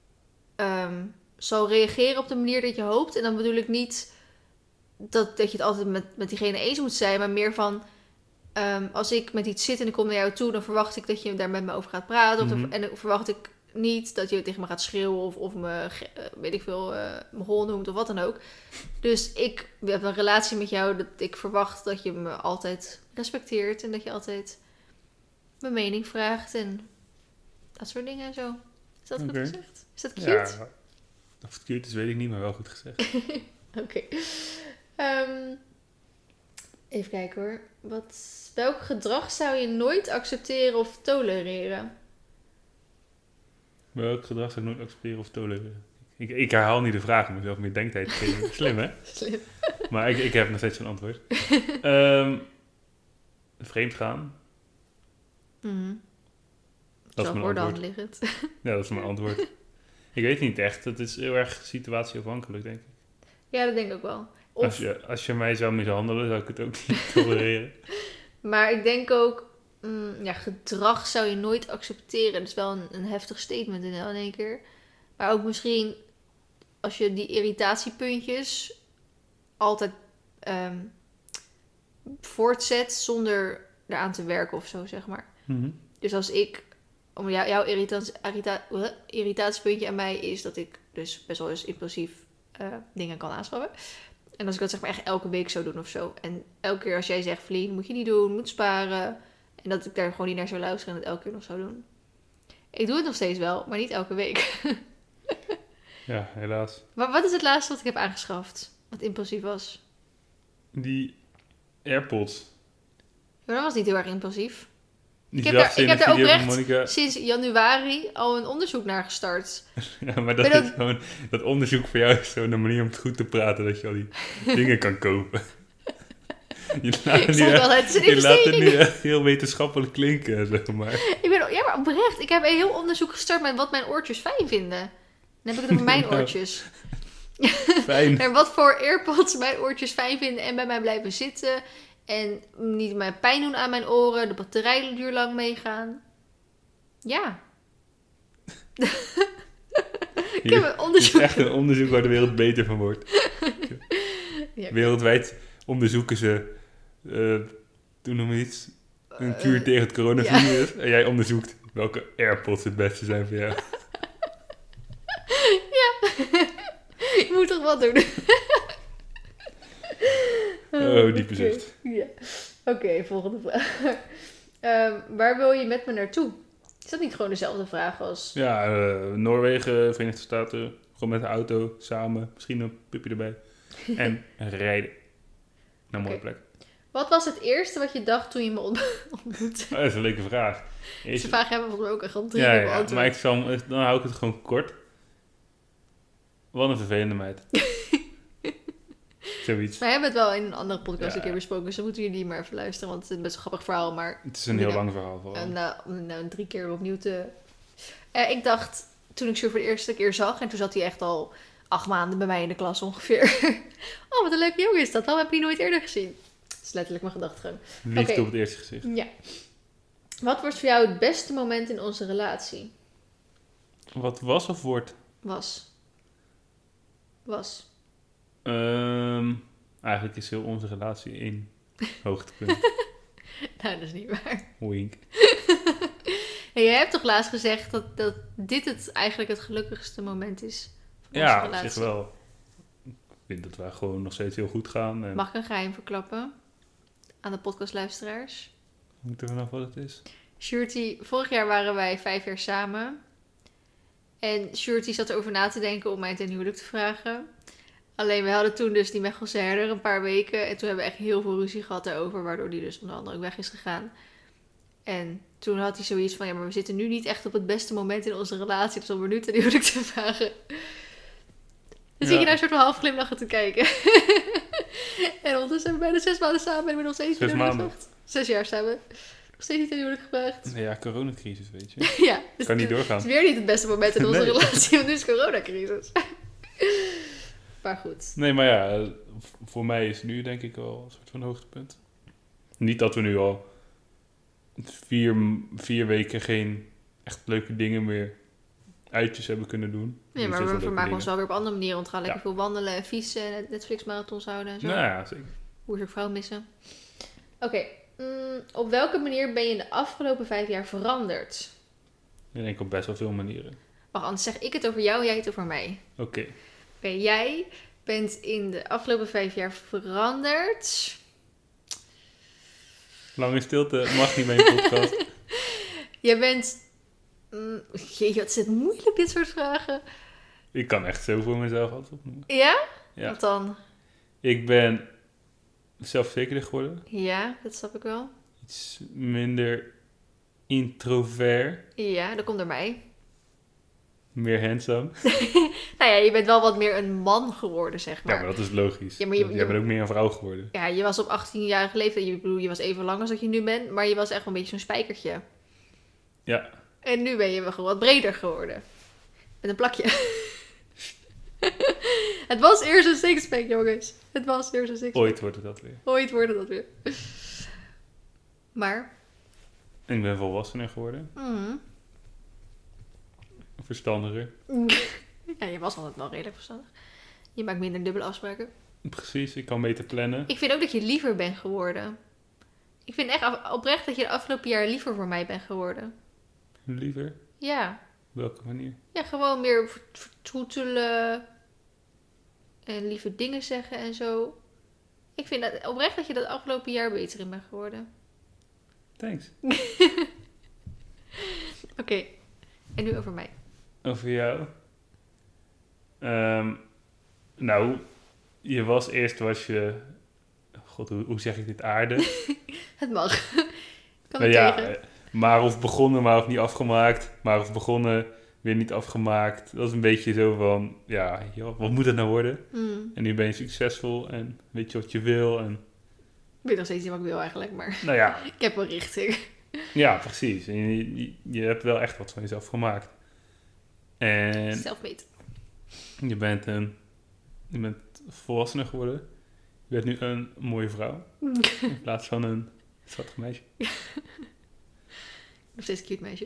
zal reageren op de manier dat je hoopt. En dan bedoel ik niet dat je het altijd met diegene eens moet zijn. Maar meer van... als ik met iets zit en ik kom naar jou toe, dan verwacht ik dat je daar met me over gaat praten. En dan verwacht ik niet dat je tegen me gaat schreeuwen of me, weet ik veel, mijn hol noemt of wat dan ook. Dus ik heb een relatie met jou dat ik verwacht dat je me altijd respecteert en dat je altijd mijn mening vraagt en dat soort dingen en zo. Is dat goed gezegd? Is dat cute? ja, of het cute is weet ik niet, maar wel goed gezegd. Oké. Even kijken hoor. Welk gedrag zou je nooit accepteren of tolereren? Welk gedrag zou ik nooit accepteren of tolereren? Ik herhaal niet de vraag om mezelf meer denktijd te geven. Slim, hè? Slim. Maar ik heb nog steeds geen antwoord. Vreemd gaan. Dat is mijn voor de hand antwoord. liggend. Ja, dat is mijn antwoord. Ik weet niet echt. Het is heel erg situatieafhankelijk, denk ik. Ja, dat denk ik ook wel. Of, Als je mij zou mishandelen, zou ik het ook niet tolereren. maar ik denk ook... gedrag zou je nooit accepteren. Dat is wel een heftig statement in één keer. Maar ook misschien... als je die irritatiepuntjes... altijd voortzet... zonder eraan te werken of zo, zeg maar. Mm-hmm. Dus als ik... om jouw irritatiepuntje aan mij is... dat ik dus best wel eens impulsief dingen kan aanschaffen. En als ik dat zeg maar echt elke week zou doen of zo. En elke keer als jij zegt... Vlien, moet je niet doen, moet sparen... En dat ik daar gewoon niet naar zou luisteren en het elke keer nog zou doen. Ik doe het nog steeds wel, maar niet elke week. Ja, helaas. Maar wat is het laatste wat ik heb aangeschaft? Wat impulsief was? Die AirPods. Maar dat was niet heel erg impulsief. Ik heb daar oprecht sinds januari al een onderzoek naar gestart. Ja, maar dat is gewoon... Dat onderzoek voor jou is zo'n manier om het goed te praten... dat je al die dingen kan kopen. Je laat het niet echt heel wetenschappelijk klinken, zeg maar. Maar oprecht. Ik heb een heel onderzoek gestart met wat mijn oortjes fijn vinden. Dan heb ik het over mijn oortjes. Fijn. En wat voor AirPods mijn oortjes fijn vinden en bij mij blijven zitten. En niet mij pijn doen aan mijn oren. De batterijduur lang meegaan. Ja. Ik heb een onderzoek. Het is echt een onderzoek waar de wereld beter van wordt. Ja, wereldwijd onderzoeken ze... toen noem je iets... een kuur tegen het coronavirus. Ja. En jij onderzoekt welke AirPods het beste zijn voor jou. Ja. Je moet toch wat doen. Diepe zucht. Ja. Oké, volgende vraag. Waar wil je met me naartoe? Is dat niet gewoon dezelfde vraag als... Ja, Noorwegen, Verenigde Staten. Gewoon met de auto, samen. Misschien een pupje erbij. En rijden. Naar een mooie plek. Wat was het eerste wat je dacht toen je me ontmoette? Dat is een leuke vraag. Deze vraag hebben we volgens mij ook echt al 3 keer beantwoord. Maar dan hou ik het gewoon kort. Wat een vervelende meid. Zoiets. We hebben het wel in een andere podcast een keer besproken, dus dan moeten jullie maar even luisteren, want het is een best een grappig verhaal, maar... Het is een heel lang verhaal vooral. Nou, 3 keer opnieuw te... ik dacht, toen ik zo voor de eerste keer zag, en toen zat hij echt al 8 maanden bij mij in de klas ongeveer. Oh, wat een leuke jongen is dat. Waarom heb je die nooit eerder gezien? Dat is letterlijk mijn gedachtegang. Liefde op het eerste gezicht. Ja. Wat wordt voor jou het beste moment in onze relatie? Wat was of wordt? Was. Eigenlijk is heel onze relatie één hoogtepunt. Nou, dat is niet waar. Wink. Hey, jij hebt toch laatst gezegd dat dit eigenlijk het gelukkigste moment is van onze relatie? Ja, op zich wel. Ik vind dat wij gewoon nog steeds heel goed gaan. En... Mag ik een geheim verklappen aan de podcastluisteraars? Moet er vanaf wat het is? Shurty, vorig jaar waren wij 5 jaar samen. En Shurty zat erover na te denken om mij ten huwelijk te vragen. Alleen, we hadden toen dus die Mechelse herder een paar weken. En toen hebben we echt heel veel ruzie gehad daarover. Waardoor die dus onder andere ook weg is gegaan. En toen had hij zoiets van... Ja, maar we zitten nu niet echt op het beste moment in onze relatie. Dus om er nu ten huwelijk te vragen. Dan zie je daar een soort van half glimlachen te kijken. En ondertussen zijn we bijna 6 maanden samen. En we nog steeds 6 maanden. 6 jaar samen. Nog steeds niet ten huwelijk gevraagd. Ja, coronacrisis, weet je. Ja. Dus kan niet doorgaan. Het is weer niet het beste moment in onze relatie. Want nu is coronacrisis. Maar goed. Nee, maar ja, voor mij is nu denk ik wel een soort van hoogtepunt. Niet dat we nu al 4 weken geen echt leuke dingen meer uitjes hebben kunnen doen. Ja, maar we vermaken ons wel weer op andere manieren. Want we gaan lekker veel wandelen en fietsen en Netflix-marathons houden en zo. Nou ja, zeker. Hoe is er vrouw missen? Oké. Op welke manier ben je in de afgelopen 5 jaar veranderd? Ik denk op best wel veel manieren. Wacht, anders zeg ik het over jou en jij het over mij. Oké. Jij bent in de afgelopen 5 jaar veranderd. Lange stilte mag niet bij een podcast. Jij bent... Jeetje, wat is het moeilijk, dit soort vragen. Ik kan echt zo voor mezelf altijd opnoemen. Ja? Ja. Wat dan? Ik ben zelfverzekerder geworden. Ja, dat snap ik wel. Iets minder introvert. Ja, dat komt door mij. Meer handsome. Nou ja, je bent wel wat meer een man geworden, zeg maar. Ja, maar dat is logisch. Ja, maar Jij bent ook meer een vrouw geworden. Ja, je was op 18-jarige leeftijd. Je was even lang als dat je nu bent. Maar je was echt wel een beetje zo'n spijkertje. Ja. En nu ben je wel gewoon wat breder geworden. Met een plakje. Het was eerst een sixpack, jongens. Het was eerst een sixpack. Ooit wordt het dat weer. Ooit wordt het dat weer. Maar... En ik ben volwassener geworden. Verstandiger. Ja, je was altijd wel redelijk verstandig. Je maakt minder dubbele afspraken. Precies, ik kan beter plannen. Ik vind ook dat je liever bent geworden. Ik vind echt oprecht dat je de afgelopen jaar liever voor mij bent geworden. Liever? Ja. Welke manier? Ja, gewoon meer vertroetelen. En lieve dingen zeggen en zo. Ik vind dat oprecht dat je dat afgelopen jaar beter in bent geworden. Thanks. Oké. En nu over mij. Over jou? Nou, eerst was je... God, hoe zeg ik dit? Aarde? Het mag. Kan Nou het ja, tegen. maar of begonnen, maar of niet afgemaakt. Maar of begonnen, weer niet afgemaakt. Dat is een beetje zo van... Ja, joh, wat moet het nou worden? En nu ben je succesvol en weet je wat je wil. En, Ik weet nog steeds niet wat ik wil eigenlijk, maar nou ja, ik heb een richting. ja, precies. En je hebt wel echt wat van jezelf gemaakt. En Self-made. je bent volwassener geworden. Je bent nu een mooie vrouw. In plaats van een schattig meisje. Nog steeds een cute meisje.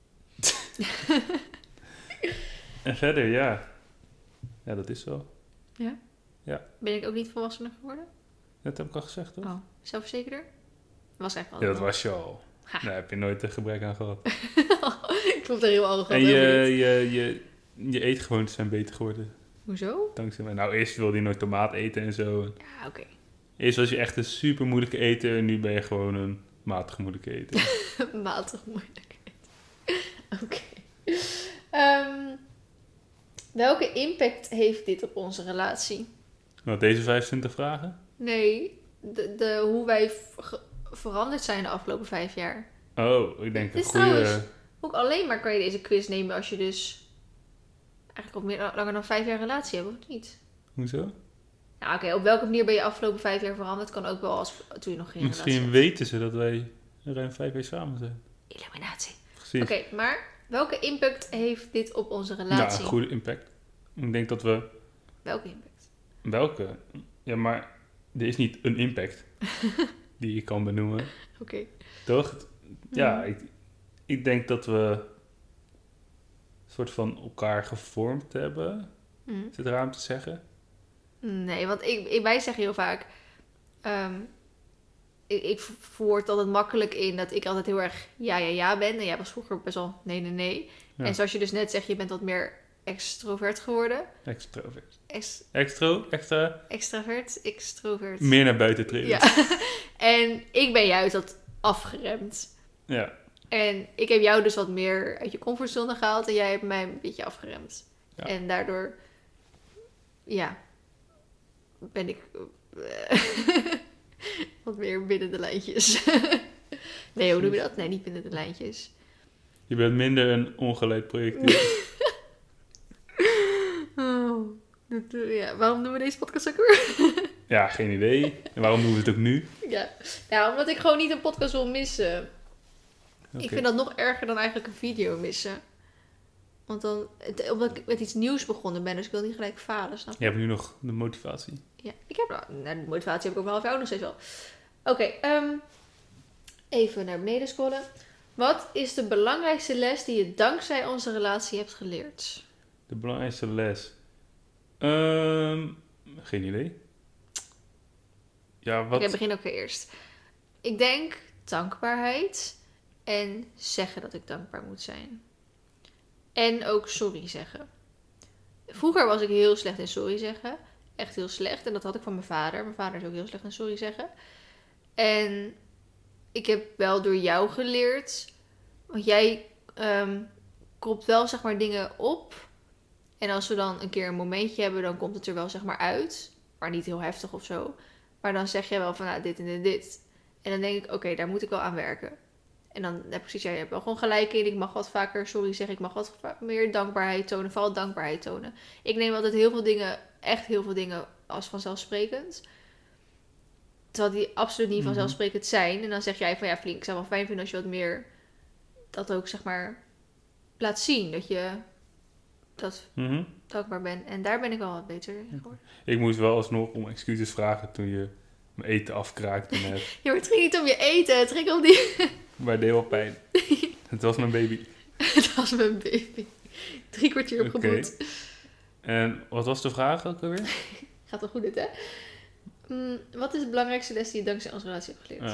En verder, ja. Ja, dat is zo. Ja? Ja. Ben ik ook niet volwassener geworden? Dat heb ik al gezegd, toch? Oh, zelfverzekerder? Was echt wel. Ja, dat was je al. Ha. Daar heb je nooit een gebrek aan gehad. Ik vond er heel arrogant En over. je eetgewoonten zijn beter geworden. Hoezo? Dankzij mij. Nou, eerst wilde je nooit tomaat eten en zo. Ja, oké. Eerst was je echt een super moeilijke eter. En nu ben je gewoon een matige moeilijke eter. Matig moeilijk. Oké. Welke impact heeft dit op onze relatie? Wat, deze 25 vragen? Nee, hoe wij veranderd zijn de afgelopen 5 jaar. Oh, ik denk Dit een is goede... trouwens ook alleen maar kan je deze quiz nemen als je dus eigenlijk al meer, langer dan 5 jaar relatie hebt, of niet? Hoezo? Nou, oké, op welke manier ben je afgelopen 5 jaar veranderd? Kan ook wel als toen je nog geen relatie Misschien had. weten ze dat wij ruim 5 jaar samen zijn. Illuminatie. Precies. Oké, maar welke impact heeft dit op onze relatie? Nou, een goede impact. Ik denk dat we... Welke impact? Welke? Ja, maar er is niet een impact die je kan benoemen. Oké. Toch? Ja, ik denk dat we een soort van elkaar gevormd hebben. Is het raar om te zeggen? Nee, want wij zeggen heel vaak... ik verwoord altijd makkelijk in dat ik altijd heel erg ja ben. En jij was vroeger best wel nee. Ja. En zoals je dus net zegt, je bent wat meer extrovert geworden. Extrovert. Extravert, extrovert. Meer naar buiten treden. Ja. En ik ben juist wat afgeremd. Ja. En ik heb jou dus wat meer uit je comfortzone gehaald. En jij hebt mij een beetje afgeremd. Ja. En daardoor... Ja. Ben ik... wat meer binnen de lijntjes. Nee, hoe noem je dat? Nee, niet binnen de lijntjes. Je bent minder een ongeleid projectiel. Oh, ja, waarom doen we deze podcast ook weer? Ja, geen idee. En waarom doen we het ook nu? Ja, omdat ik gewoon niet een podcast wil missen. Okay. Ik vind dat nog erger dan eigenlijk een video missen. Want dan, omdat ik met iets nieuws begonnen ben, dus ik wil niet gelijk falen, snap je? Je hebt nu nog de motivatie. Ja, ik heb de motivatie heb ik over een half jaar nog steeds wel. Oké, even naar beneden scrollen. Wat is de belangrijkste les die je dankzij onze relatie hebt geleerd? De belangrijkste les? Geen idee. Ja, wat? Ik begin ook weer eerst. Ik denk dankbaarheid en zeggen dat ik dankbaar moet zijn. En ook sorry zeggen. Vroeger was ik heel slecht in sorry zeggen. Echt heel slecht. En dat had ik van mijn vader. Mijn vader is ook heel slecht in sorry zeggen. En ik heb wel door jou geleerd. Want jij kropt wel zeg maar dingen op. En als we dan een keer een momentje hebben, dan komt het er wel zeg maar uit. Maar niet heel heftig of zo. Maar dan zeg jij wel van dit en dit. En dan denk ik, oké, daar moet ik wel aan werken. En dan heb ik zoiets, ja, je hebt wel gewoon gelijk in. Ik mag wat vaker sorry zeggen. Ik mag wat meer dankbaarheid tonen. Vooral dankbaarheid tonen. Ik neem altijd echt heel veel dingen als vanzelfsprekend. Terwijl die absoluut niet vanzelfsprekend zijn. En dan zeg jij van, ja Flink, ik zou wel fijn vinden als je wat meer dat ook, zeg maar, laat zien. Dat je dankbaar bent. En daar ben ik wel wat beter in geworden. Ik moest wel alsnog om excuses vragen toen je mijn eten afkraakte net. Ja, maar het ging niet om je eten. Het ging om die... Maar het deed wel pijn. Het was mijn baby. Het was mijn baby. 3 kwartier opgevoed. Okay. En wat was de vraag ook alweer? Gaat wel goed dit, hè? Wat is de belangrijkste les die je dankzij onze relatie hebt geleerd?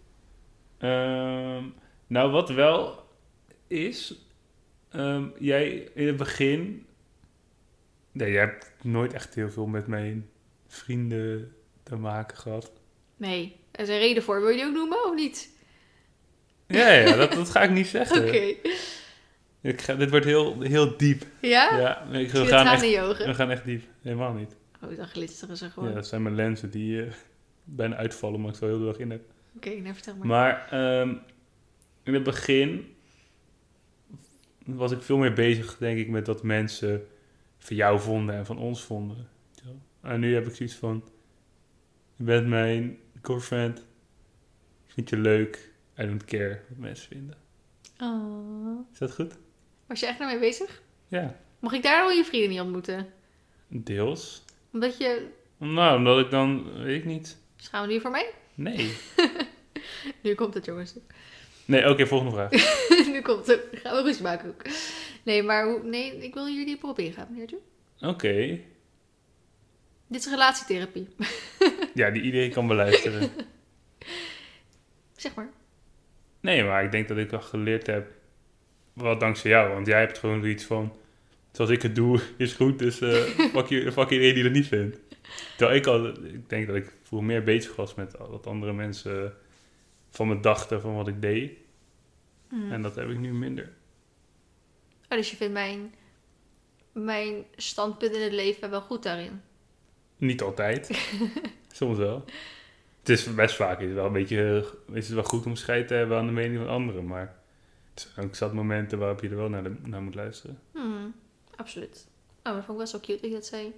Nou, wat wel is... jij in het begin... Nee, jij hebt nooit echt heel veel met mijn vrienden te maken gehad. Nee, er is een reden voor. Wil je die ook noemen of niet? Ja, dat ga ik niet zeggen. Oké. Dit wordt heel diep. Ja? Ja, we gaan echt diep. Helemaal niet. Oh, dan glitteren ze gewoon. Ja, dat zijn mijn lenzen die bijna uitvallen, omdat ik zo heel de dag in heb. Oké, nou vertel maar. Maar in het begin was ik veel meer bezig, denk ik, met wat mensen van jou vonden en van ons vonden. En nu heb ik zoiets van, je bent mijn girlfriend, ik vind je leuk, I don't care wat mensen vinden. Oh. Is dat goed? Was je echt daarmee bezig? Ja. Mag ik daar al je vrienden niet ontmoeten? Deels. Omdat je... Nou, omdat ik dan, weet ik niet. Schaam je voor mij? Nee. Nu komt het, jongens. Nee, oké, volgende vraag. Nu komt het. Gaan we ruzie maken ook. Nee, maar nee, ik wil hier niet op ingaan, meneertje. Oké. Dit is relatietherapie. Ja, die iedereen kan beluisteren. Zeg maar. Nee, maar ik denk dat ik wel geleerd heb, wat dankzij jou. Want jij hebt gewoon zoiets van, zoals ik het doe, is goed. Dus fuck iedereen die dat niet vindt. Terwijl ik denk dat ik vroeger meer bezig was met wat andere mensen van me dachten van wat ik deed. En dat heb ik nu minder. Oh, dus je vindt mijn standpunt in het leven wel goed daarin? Niet altijd. Soms wel. Het is best vaak is het wel goed om scheid te hebben aan de mening van anderen. Maar er zijn ook zat momenten waarop je er wel naar moet luisteren. Absoluut. Oh, dat vond ik best wel cute dat je dat zei.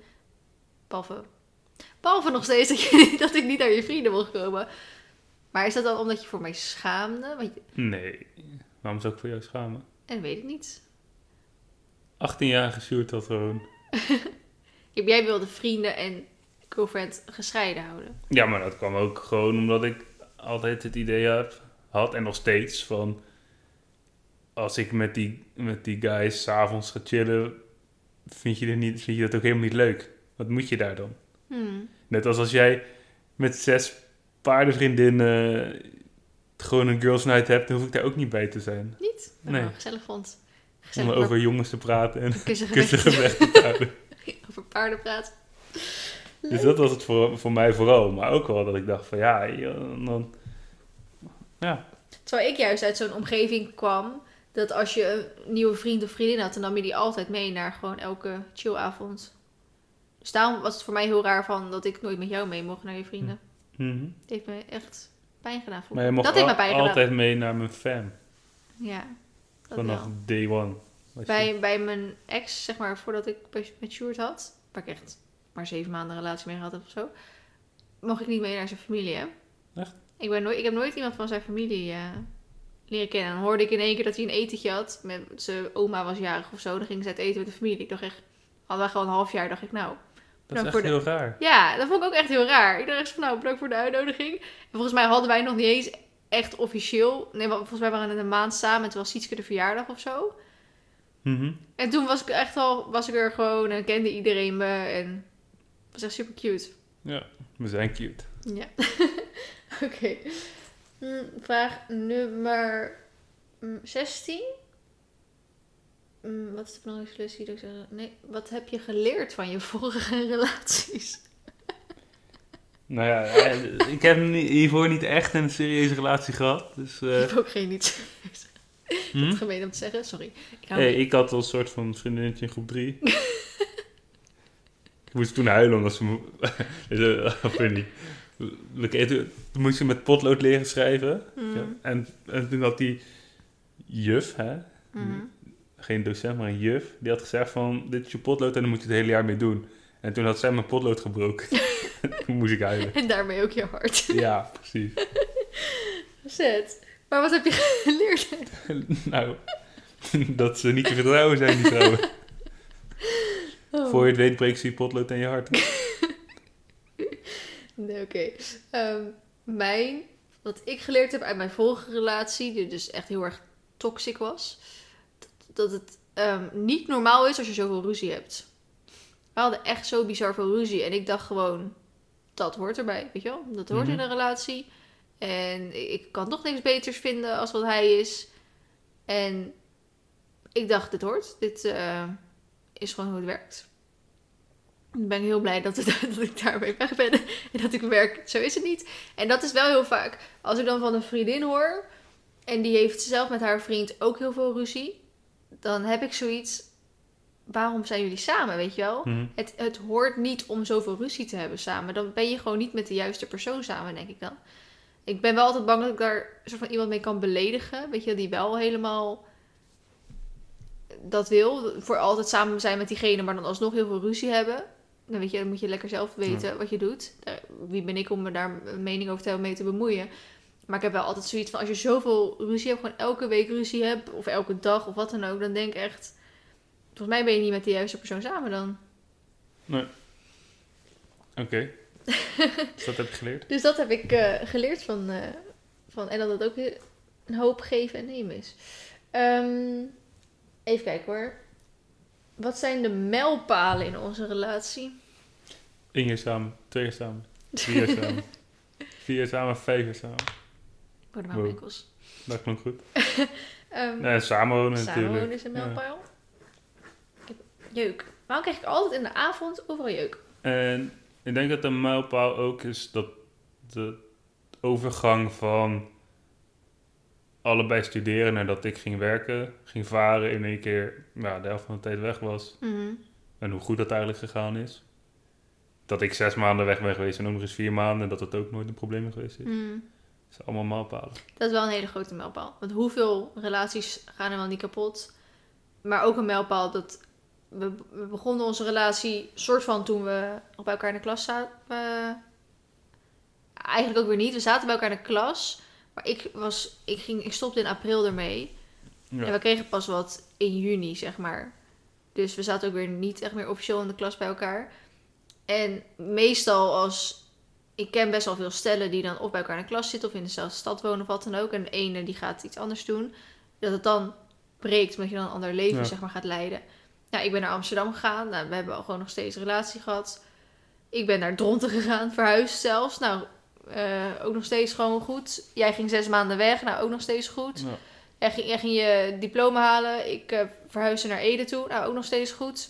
Behalve nog steeds dat ik niet naar je vrienden mocht komen. Maar is dat dan omdat je voor mij schaamde? Nee. Waarom zou ik voor jou schamen? En weet ik niet. 18-jarige Sjoerd had gewoon... Jij wilde vrienden en girlfriend gescheiden houden. Ja, maar dat kwam ook gewoon omdat ik altijd het idee had en nog steeds van... Als ik met die guys 's avonds ga chillen, vind je dat ook helemaal niet leuk. Wat moet je daar dan? Net als jij met 6 paardenvriendinnen gewoon een girls night hebt, dan hoef ik daar ook niet bij te zijn. Niet? Dat nee. ik gezellig vond. Om over jongens te praten en kussengevechten te houden. Over paarden praten. Dus dat was het voor mij vooral. Maar ook wel dat ik dacht van ja. Terwijl ik juist uit zo'n omgeving kwam, dat als je een nieuwe vriend of vriendin had, dan nam je die altijd mee naar gewoon elke chillavond. Dus daarom was het voor mij heel raar dat ik nooit met jou mee mocht naar je vrienden. Mm-hmm. Het heeft me echt pijn gedaan. Maar je mocht altijd mee naar mijn fam. Ja. Vanaf day one. Bij mijn ex, zeg maar, voordat ik met Sjoerd had, waar ik echt maar 7 maanden relatie mee gehad heb of zo, mocht ik niet mee naar zijn familie, hè? Echt? Ik heb nooit iemand van zijn familie leren kennen. En dan hoorde ik in één keer dat hij een etentje had. Met zijn oma was jarig of zo. Dan gingen ze uit eten met de familie. Ik dacht echt, hadden we gewoon een half jaar, dacht ik nou. Dat is echt heel raar. Ja, dat vond ik ook echt heel raar. Ik dacht echt van nou, bedankt voor de uitnodiging. En volgens mij hadden wij nog niet eens echt officieel. Nee, volgens mij waren we net een maand samen. En toen was Sietske de verjaardag of zo. Mm-hmm. En toen was ik er gewoon en kende iedereen me. En het was echt super cute. Ja, we zijn cute. Ja. Oké. Vraag nummer 16. Wat is de belangrijkste les die ik zeg? Nee, wat heb je geleerd van je vorige relaties? Nou ja, ik heb hiervoor niet echt een serieuze relatie gehad. Dus, ik heb ook geen niet serieus. Dat is gemeen om te zeggen, sorry. Ik had wel een soort van vriendinnetje in groep 3. Ik moest toen huilen omdat ze me... funny. Toen moest je met potlood leren schrijven. Mm. Ja, en toen had die juf, hè? Mm. Geen docent, maar een juf. Die had gezegd van, dit is je potlood en dan moet je het hele jaar mee doen. En toen had zij mijn potlood gebroken. Toen moest ik huilen. En daarmee ook je hart. Ja, precies. Zet. Maar wat heb je geleerd? Nou, dat ze niet te vertrouwen zijn, die vrouwen. Oh. Voor je het weet breekt ze je potlood in je hart. Nee, oké. Wat ik geleerd heb uit mijn vorige relatie, die dus echt heel erg toxic was, dat het niet normaal is als je zoveel ruzie hebt. We hadden echt zo bizar veel ruzie. En ik dacht gewoon, dat hoort erbij, weet je wel? Dat hoort in een relatie. En ik kan nog niks beters vinden als wat hij is. En ik dacht, dit hoort. Dit is gewoon hoe het werkt. Ik ben heel blij dat ik daarmee weg ben. En dat ik merk, zo is het niet. En dat is wel heel vaak. Als ik dan van een vriendin hoor, en die heeft zelf met haar vriend ook heel veel ruzie, dan heb ik zoiets, waarom zijn jullie samen, weet je wel? Mm-hmm. Het hoort niet om zoveel ruzie te hebben samen. Dan ben je gewoon niet met de juiste persoon samen, denk ik dan. Ik ben wel altijd bang dat ik daar soort van iemand mee kan beledigen. Weet je, die wel helemaal dat wil. Voor altijd samen zijn met diegene, maar dan alsnog heel veel ruzie hebben. Dan weet je, dan moet je lekker zelf weten wat je doet. Wie ben ik om me daar een mening over te hebben, mee te bemoeien. Maar ik heb wel altijd zoiets van, als je zoveel ruzie hebt, gewoon elke week ruzie hebt, of elke dag, of wat dan ook, dan denk ik echt, volgens mij ben je niet met de juiste persoon samen dan. Nee. Oké. Dus dat heb je geleerd? Dus dat heb ik geleerd van en dat het ook een hoop geven en nemen is. Even kijken hoor. Wat zijn de mijlpalen in onze relatie? 1 jaar samen, 2 jaar samen, 3 jaar samen, 4 jaar samen, 5 jaar samen. Oh, de mijn enkels. Dat klonk goed. Nee, samenwonen natuurlijk. Samenwonen is een mijlpaal. Ja. Jeuk. Waarom krijg ik altijd in de avond overal jeuk? En ik denk dat een mijlpaal ook is dat de overgang van allebei studeren nadat ik ging werken, ging varen, in één keer de helft van de tijd weg was. Mm-hmm. En hoe goed dat eigenlijk gegaan is. Dat ik 6 maanden weg ben geweest en ook nog eens 4 maanden, dat het ook nooit een probleem geweest is. Mm. Dat zijn allemaal mijlpalen. Dat is wel een hele grote mijlpaal. Want hoeveel relaties gaan er wel niet kapot? Maar ook een mijlpaal dat we begonnen onze relatie soort van toen we op elkaar in de klas zaten. Eigenlijk ook weer niet. We zaten bij elkaar in de klas. Maar ik stopte in april ermee. Ja. En we kregen pas wat in juni, zeg maar. Dus we zaten ook weer niet echt meer officieel in de klas bij elkaar. En meestal ik ken best wel veel stellen die dan of bij elkaar in de klas zitten of in dezelfde stad wonen of wat dan ook. En de ene die gaat iets anders doen. Dat het dan breekt omdat je dan een ander leven zeg maar, gaat leiden. Nou, ik ben naar Amsterdam gegaan. Nou, we hebben al gewoon nog steeds een relatie gehad. Ik ben naar Dronten gegaan, verhuisd zelfs. Nou, ook nog steeds gewoon goed. Jij ging 6 maanden weg. Nou, ook nog steeds goed. Ja. Jij ging je diploma halen. Ik verhuisde naar Ede toe. Nou, ook nog steeds goed.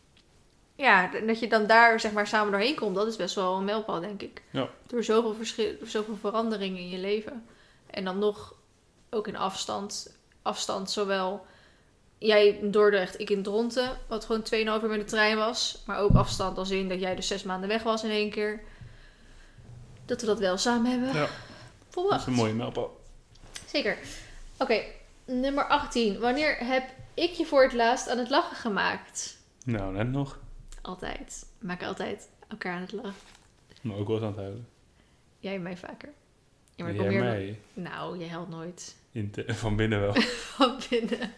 Ja, dat je dan daar zeg maar samen doorheen komt, dat is best wel een mijlpaal, denk ik. Ja. Door zoveel veranderingen in je leven. En dan nog ook in afstand zowel jij in Dordrecht, ik in Dronten, wat gewoon 2,5 uur met de trein was. Maar ook afstand als in dat jij dus 6 maanden weg was in 1 keer. Dat we dat wel samen hebben. Ja, volwacht. Dat is een mooie mijlpaal. Zeker. Oké, nummer 18. Wanneer heb ik je voor het laatst aan het lachen gemaakt? Nou, net nog. Altijd. We maken altijd elkaar aan het lachen. Maar ook wel eens aan het huilen. Jij en mij vaker. Ja, maar jij mij? Nou, jij huilt nooit. Van binnen wel. Van binnen.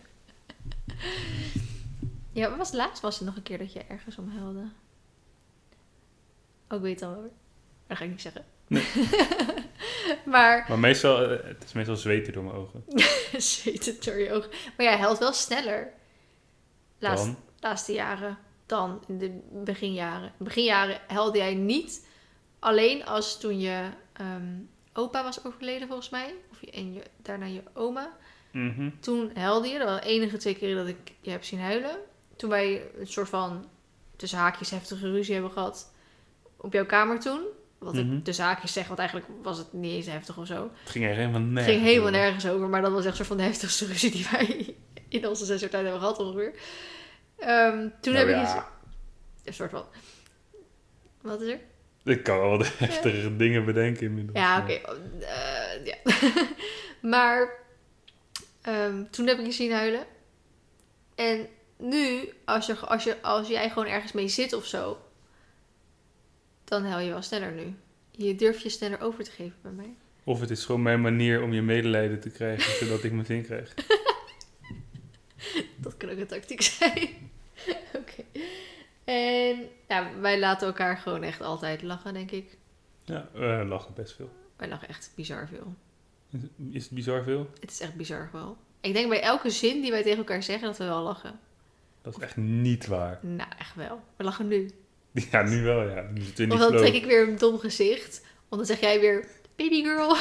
Ja, wat was het nog een keer dat je ergens om huilde? Oh, ik weet het al hoor. Dat ga ik niet zeggen. Nee. maar meestal, het is meestal zweten door mijn ogen. Zweten door je ogen. Maar jij huilt wel sneller. Laatste jaren. Dan in de beginjaren. In beginjaren huilde jij niet alleen als toen je opa was overleden volgens mij. Daarna je oma. Mm-hmm. Toen huilde je. Dat waren de enige 2 keren dat ik je heb zien huilen. Toen wij een soort van tussen haakjes heftige ruzie hebben gehad op jouw kamer toen. Wat ik tussen haakjes zeg, want eigenlijk was het niet eens heftig of zo. Het ging er helemaal nergens over. Het ging helemaal nergens over. Maar dat was echt een soort van de heftigste ruzie die wij in onze 6 jaar tijd hebben gehad ongeveer. Toen heb ik iets... Een soort van... Wat is er? Ik kan wel wat heftige dingen bedenken inmiddels. Ja, oké. Ja. Maar toen heb ik je zien huilen. En nu, als jij gewoon ergens mee zit of zo, dan huil je wel sneller nu. Je durft je sneller over te geven bij mij. Of het is gewoon mijn manier om je medelijden te krijgen, zodat ik mijn zin krijg. Dat kan ook een tactiek zijn. Oké. En ja, wij laten elkaar gewoon echt altijd lachen, denk ik. Ja, we lachen best veel. Wij lachen echt bizar veel. Is het bizar veel? Het is echt bizar wel. Ik denk bij elke zin die wij tegen elkaar zeggen dat we wel lachen. Dat is echt niet waar. Nou, echt wel. We lachen nu. Ja, nu wel, ja. Nu zit in die Of dan flow. trek ik weer een dom gezicht. Want dan zeg jij weer, baby girl.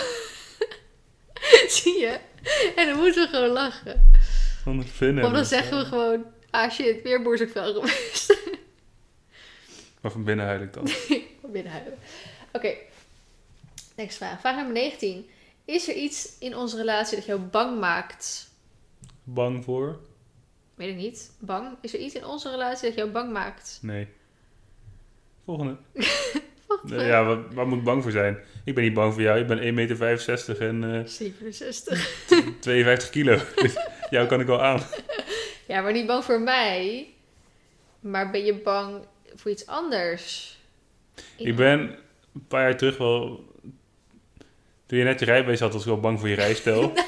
Zie je? En dan moeten we gewoon lachen. Van het vinden. Of dan zeggen we gewoon, ah shit, weer boerzoekvel geweest. Maar van binnen huil ik dan. Van binnen huilen. Oké. Next vraag. Vraag nummer 19. Is er iets in onze relatie dat jou bang maakt? Bang voor? Weet ik niet. Bang? Is er iets in onze relatie dat jou bang maakt? Nee. Volgende. Volgende. Ja, waar moet ik bang voor zijn? Ik ben niet bang voor jou. Ik ben 1,65 meter en 67. 52 kilo. Dus jou kan ik wel aan. Ja, maar niet bang voor mij. Maar ben je bang voor iets anders? Ik ben een paar jaar terug wel... Toen je net je rijbewijs had, was ik wel bang voor je rijstijl. Nou.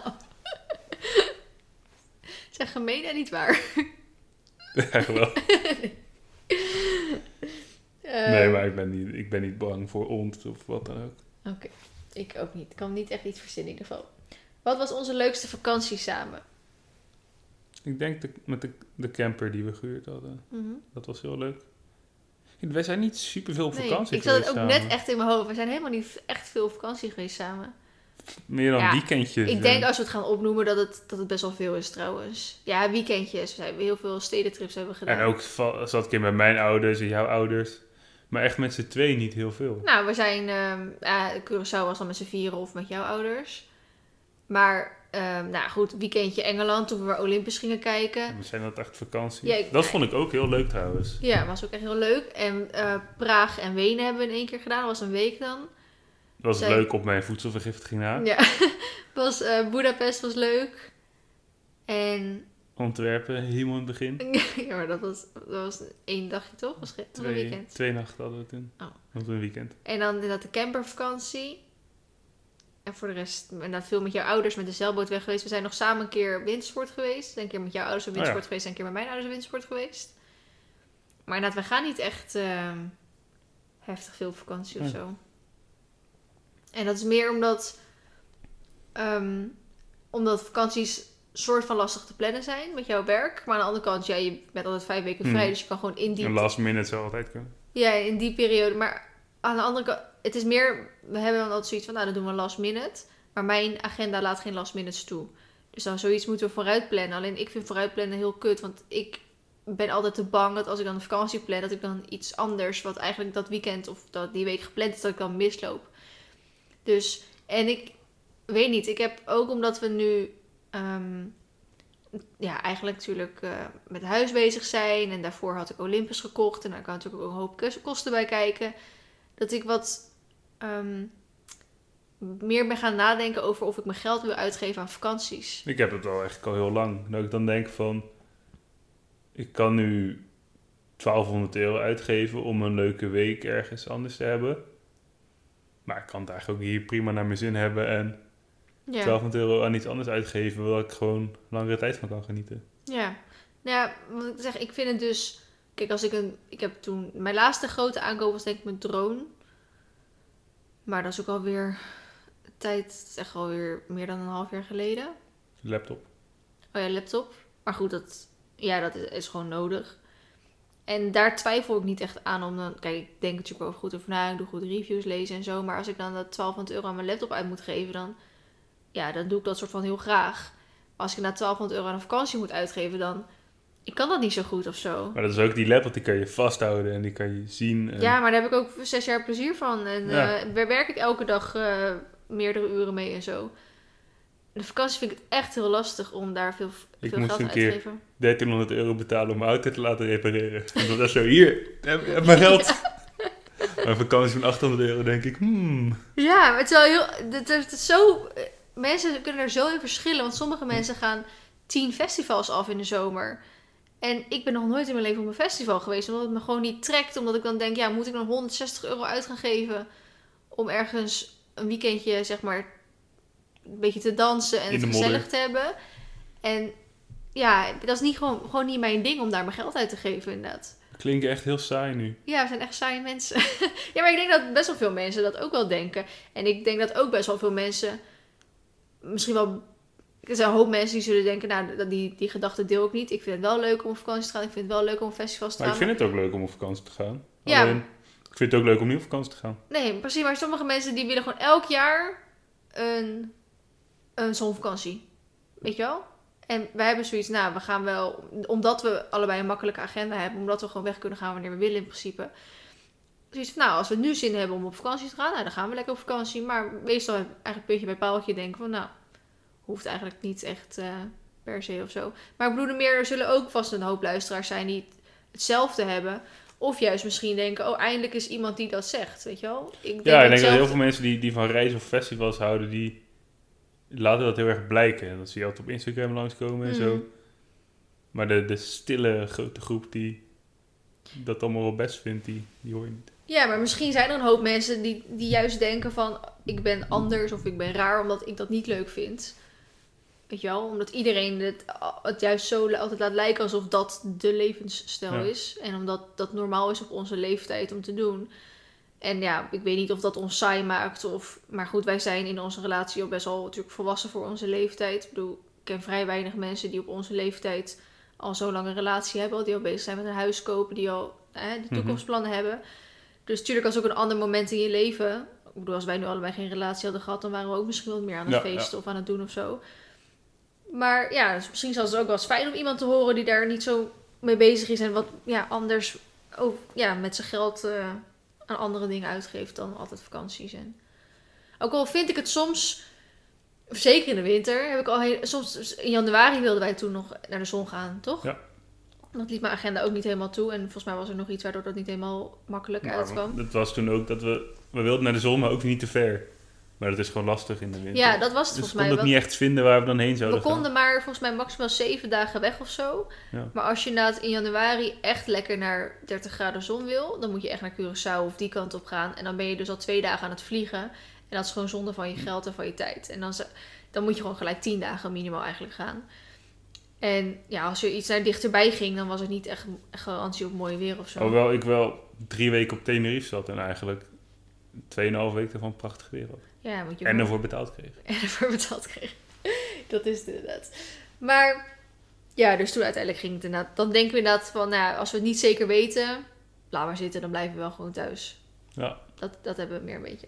Het is gemeen en niet waar. Echt wel. Nee, maar ik ben niet bang voor ons of wat dan ook. Oké, ik ook niet. Ik kan niet echt iets verzinnen in ieder geval. Wat was onze leukste vakantie samen? Ik denk met de camper die we gehuurd hadden. Mm-hmm. Dat was heel leuk. Wij zijn niet super veel op Nee, vakantie ik zat het ook geweest samen. net echt in mijn hoofd. We zijn helemaal niet echt veel op vakantie geweest samen. Meer dan weekendjes. Ik denk als we het gaan opnoemen dat het best wel veel is trouwens. Ja, weekendjes. We hebben heel veel stedentrips hebben gedaan. En ook zat ik in met mijn ouders en jouw ouders. Maar echt met z'n twee niet heel veel. Nou, we zijn... Curaçao was dan met z'n vieren of met jouw ouders. Maar, nou goed, weekendje Engeland toen we weer Olympus gingen kijken. We zijn dat echt vakantie. Ja, dat vond ik ook heel leuk trouwens. Ja, was ook echt heel leuk. En Praag en Wenen hebben we in 1 keer gedaan. Dat was een week dan. Dat was leuk op mijn voedselvergiftiging na. Ja, Budapest was leuk. En... Antwerpen, helemaal in het begin. Ja, maar dat was 1 dagje toch? Was een weekend. 2 nachten hadden we toen. Oh. Dat was een weekend. En dan inderdaad de campervakantie. En voor de rest, inderdaad veel met jouw ouders met de zeilboot weg geweest. We zijn nog samen een keer op wintersport geweest. Een keer met jouw ouders op wintersport geweest en een keer met mijn ouders op wintersport geweest. Maar inderdaad, we gaan niet echt heftig veel op vakantie of zo. En dat is meer omdat vakanties soort van lastig te plannen zijn met jouw werk. Maar aan de andere kant, ja, je bent altijd 5 weken vrij. Dus je kan gewoon in die... Een last minute zou altijd kunnen. Ja, in die periode. Maar aan de andere kant, het is meer... We hebben dan altijd zoiets van, nou, dan doen we last minute. Maar mijn agenda laat geen last minutes toe. Dus dan zoiets moeten we vooruit plannen. Alleen ik vind vooruit plannen heel kut. Want ik ben altijd te bang dat als ik dan een vakantie plan, dat ik dan iets anders, wat eigenlijk dat weekend of die week gepland is, dat ik dan misloop. Dus, en ik weet niet. Ik heb ook omdat we nu... eigenlijk natuurlijk met huis bezig zijn. En daarvoor had ik Olympus gekocht. En daar kan natuurlijk ook een hoop kosten bij kijken. Dat ik wat meer ben gaan nadenken over of ik mijn geld wil uitgeven aan vakanties. Ik heb het wel eigenlijk al heel lang. Dat ik dan denk van... Ik kan nu 1200 euro uitgeven om een leuke week ergens anders te hebben. Maar ik kan het eigenlijk ook hier prima naar mijn zin hebben. En 1200 euro aan iets anders uitgeven, waar ik gewoon langere tijd van kan genieten. Ja. Nou ja, wat ik zeg, ik vind het dus... Kijk, ik heb toen... Mijn laatste grote aankoop was denk ik mijn drone. Maar dat is ook alweer... tijd, het is echt alweer meer dan een half jaar geleden. Laptop. Oh ja, laptop. Maar goed, dat is gewoon nodig. En daar twijfel ik niet echt aan om dan... Kijk, ik denk natuurlijk wel goed over na. Ik doe goed reviews lezen en zo. Maar als ik dan dat 1200 euro aan mijn laptop uit moet geven, dan doe ik dat soort van heel graag. Als ik na 1200 euro aan een vakantie moet uitgeven, dan... Ik kan dat niet zo goed of zo. Maar dat is ook die laptop, die kan je vasthouden en die kan je zien. En... Ja, maar daar heb ik ook 6 jaar plezier van. En daar werk ik elke dag meerdere uren mee en zo. De vakantie vind ik het echt heel lastig om daar veel geld aan uit te geven. Ik moest een keer 1300 euro betalen om mijn auto te laten repareren. En dat was zo, hier, heb mijn geld. Een vakantie van €800 denk ik, Ja, maar het is wel heel... Het is zo... Mensen kunnen er zo in verschillen. Want sommige mensen gaan 10 festivals af in de zomer. En ik ben nog nooit in mijn leven op een festival geweest. Omdat het me gewoon niet trekt. Omdat ik dan denk, ja, moet ik dan €160 uit gaan geven... om ergens een weekendje, zeg maar... een beetje te dansen en het gezellig te hebben. En ja, dat is niet gewoon niet mijn ding om daar mijn geld uit te geven, inderdaad. Klinkt echt heel saai nu. Ja, we zijn echt saaie mensen. Ja, maar ik denk dat best wel veel mensen dat ook wel denken. En ik denk dat ook best wel veel mensen... Misschien wel... Er zijn een hoop mensen die zullen denken... Nou, die gedachte deel ik niet. Ik vind het wel leuk om op vakantie te gaan. Ik vind het wel leuk om op festivals te gaan. Maar ik vind het ook leuk om op vakantie te gaan. Ja. Alleen, ik vind het ook leuk om niet op vakantie te gaan. Nee, precies. Maar sommige mensen die willen gewoon elk jaar een zonvakantie. Weet je wel? En wij hebben zoiets, we gaan wel... Omdat we allebei een makkelijke agenda hebben... Omdat we gewoon weg kunnen gaan wanneer we willen in principe. Zoiets van, als we nu zin hebben om op vakantie te gaan... dan gaan we lekker op vakantie. Maar meestal eigenlijk puntje bij paaltje denken van... hoeft eigenlijk niet echt per se of zo. Maar ik bedoel meer, er zullen ook vast een hoop luisteraars zijn... die hetzelfde hebben... Of juist misschien denken, eindelijk is iemand die dat zegt, weet je wel? Ik denk dat heel veel mensen die van reizen of festivals houden, die laten dat heel erg blijken. En dat zie je altijd op Instagram langskomen en zo. Maar de stille grote groep die dat allemaal wel best vindt, die hoor je niet. Ja, maar misschien zijn er een hoop mensen die juist denken van, ik ben anders of ik ben raar omdat ik dat niet leuk vind. Weet je wel? Omdat iedereen het juist zo altijd laat lijken alsof dat de levensstijl is. En omdat dat normaal is op onze leeftijd om te doen. En ja, ik weet niet of dat ons saai maakt. Maar goed, wij zijn in onze relatie ook best wel natuurlijk volwassen voor onze leeftijd. Ik bedoel, ik ken vrij weinig mensen die op onze leeftijd al zo'n lange relatie hebben. Die al bezig zijn met een huis kopen. Die al die toekomstplannen hebben. Dus natuurlijk als ook een ander moment in je leven. Ik bedoel, als wij nu allebei geen relatie hadden gehad. Dan waren we ook misschien wat meer aan het feesten of aan het doen of zo. Maar ja, dus misschien is het ook wel eens fijn om iemand te horen die daar niet zo mee bezig is. En wat anders ook, met zijn geld aan andere dingen uitgeeft dan altijd vakanties. En ook al vind ik het soms, zeker in de winter, heb ik soms in januari wilden wij toen nog naar de zon gaan, toch? Ja. Dat liet mijn agenda ook niet helemaal toe. En volgens mij was er nog iets waardoor dat niet helemaal makkelijk uitkwam. Het was toen ook dat we wilden naar de zon, maar ook niet te ver. Maar dat is gewoon lastig in de winter. Ja, dat was het volgens mij. We konden ook niet echt vinden waar we dan heen zouden gaan. We konden maar volgens mij maximaal 7 dagen weg of zo. Ja. Maar als je inderdaad in januari echt lekker naar 30 graden zon wil... dan moet je echt naar Curaçao of die kant op gaan. En dan ben je dus al 2 dagen aan het vliegen. En dat is gewoon zonde van je geld en van je tijd. En dan moet je gewoon gelijk 10 dagen minimaal eigenlijk gaan. En ja, als je iets naar dichterbij ging... dan was het niet echt garantie op mooi weer of zo. Hoewel ik wel 3 weken op Tenerife zat en eigenlijk 2,5 weken ervan prachtig weer had. Ja, moet je en ervoor betaald kreeg. Dat is het inderdaad. Maar ja, dus toen uiteindelijk ging het inderdaad. Dan denken we inderdaad van, als we het niet zeker weten, laat maar zitten, dan blijven we wel gewoon thuis. Ja. Dat hebben we meer een beetje.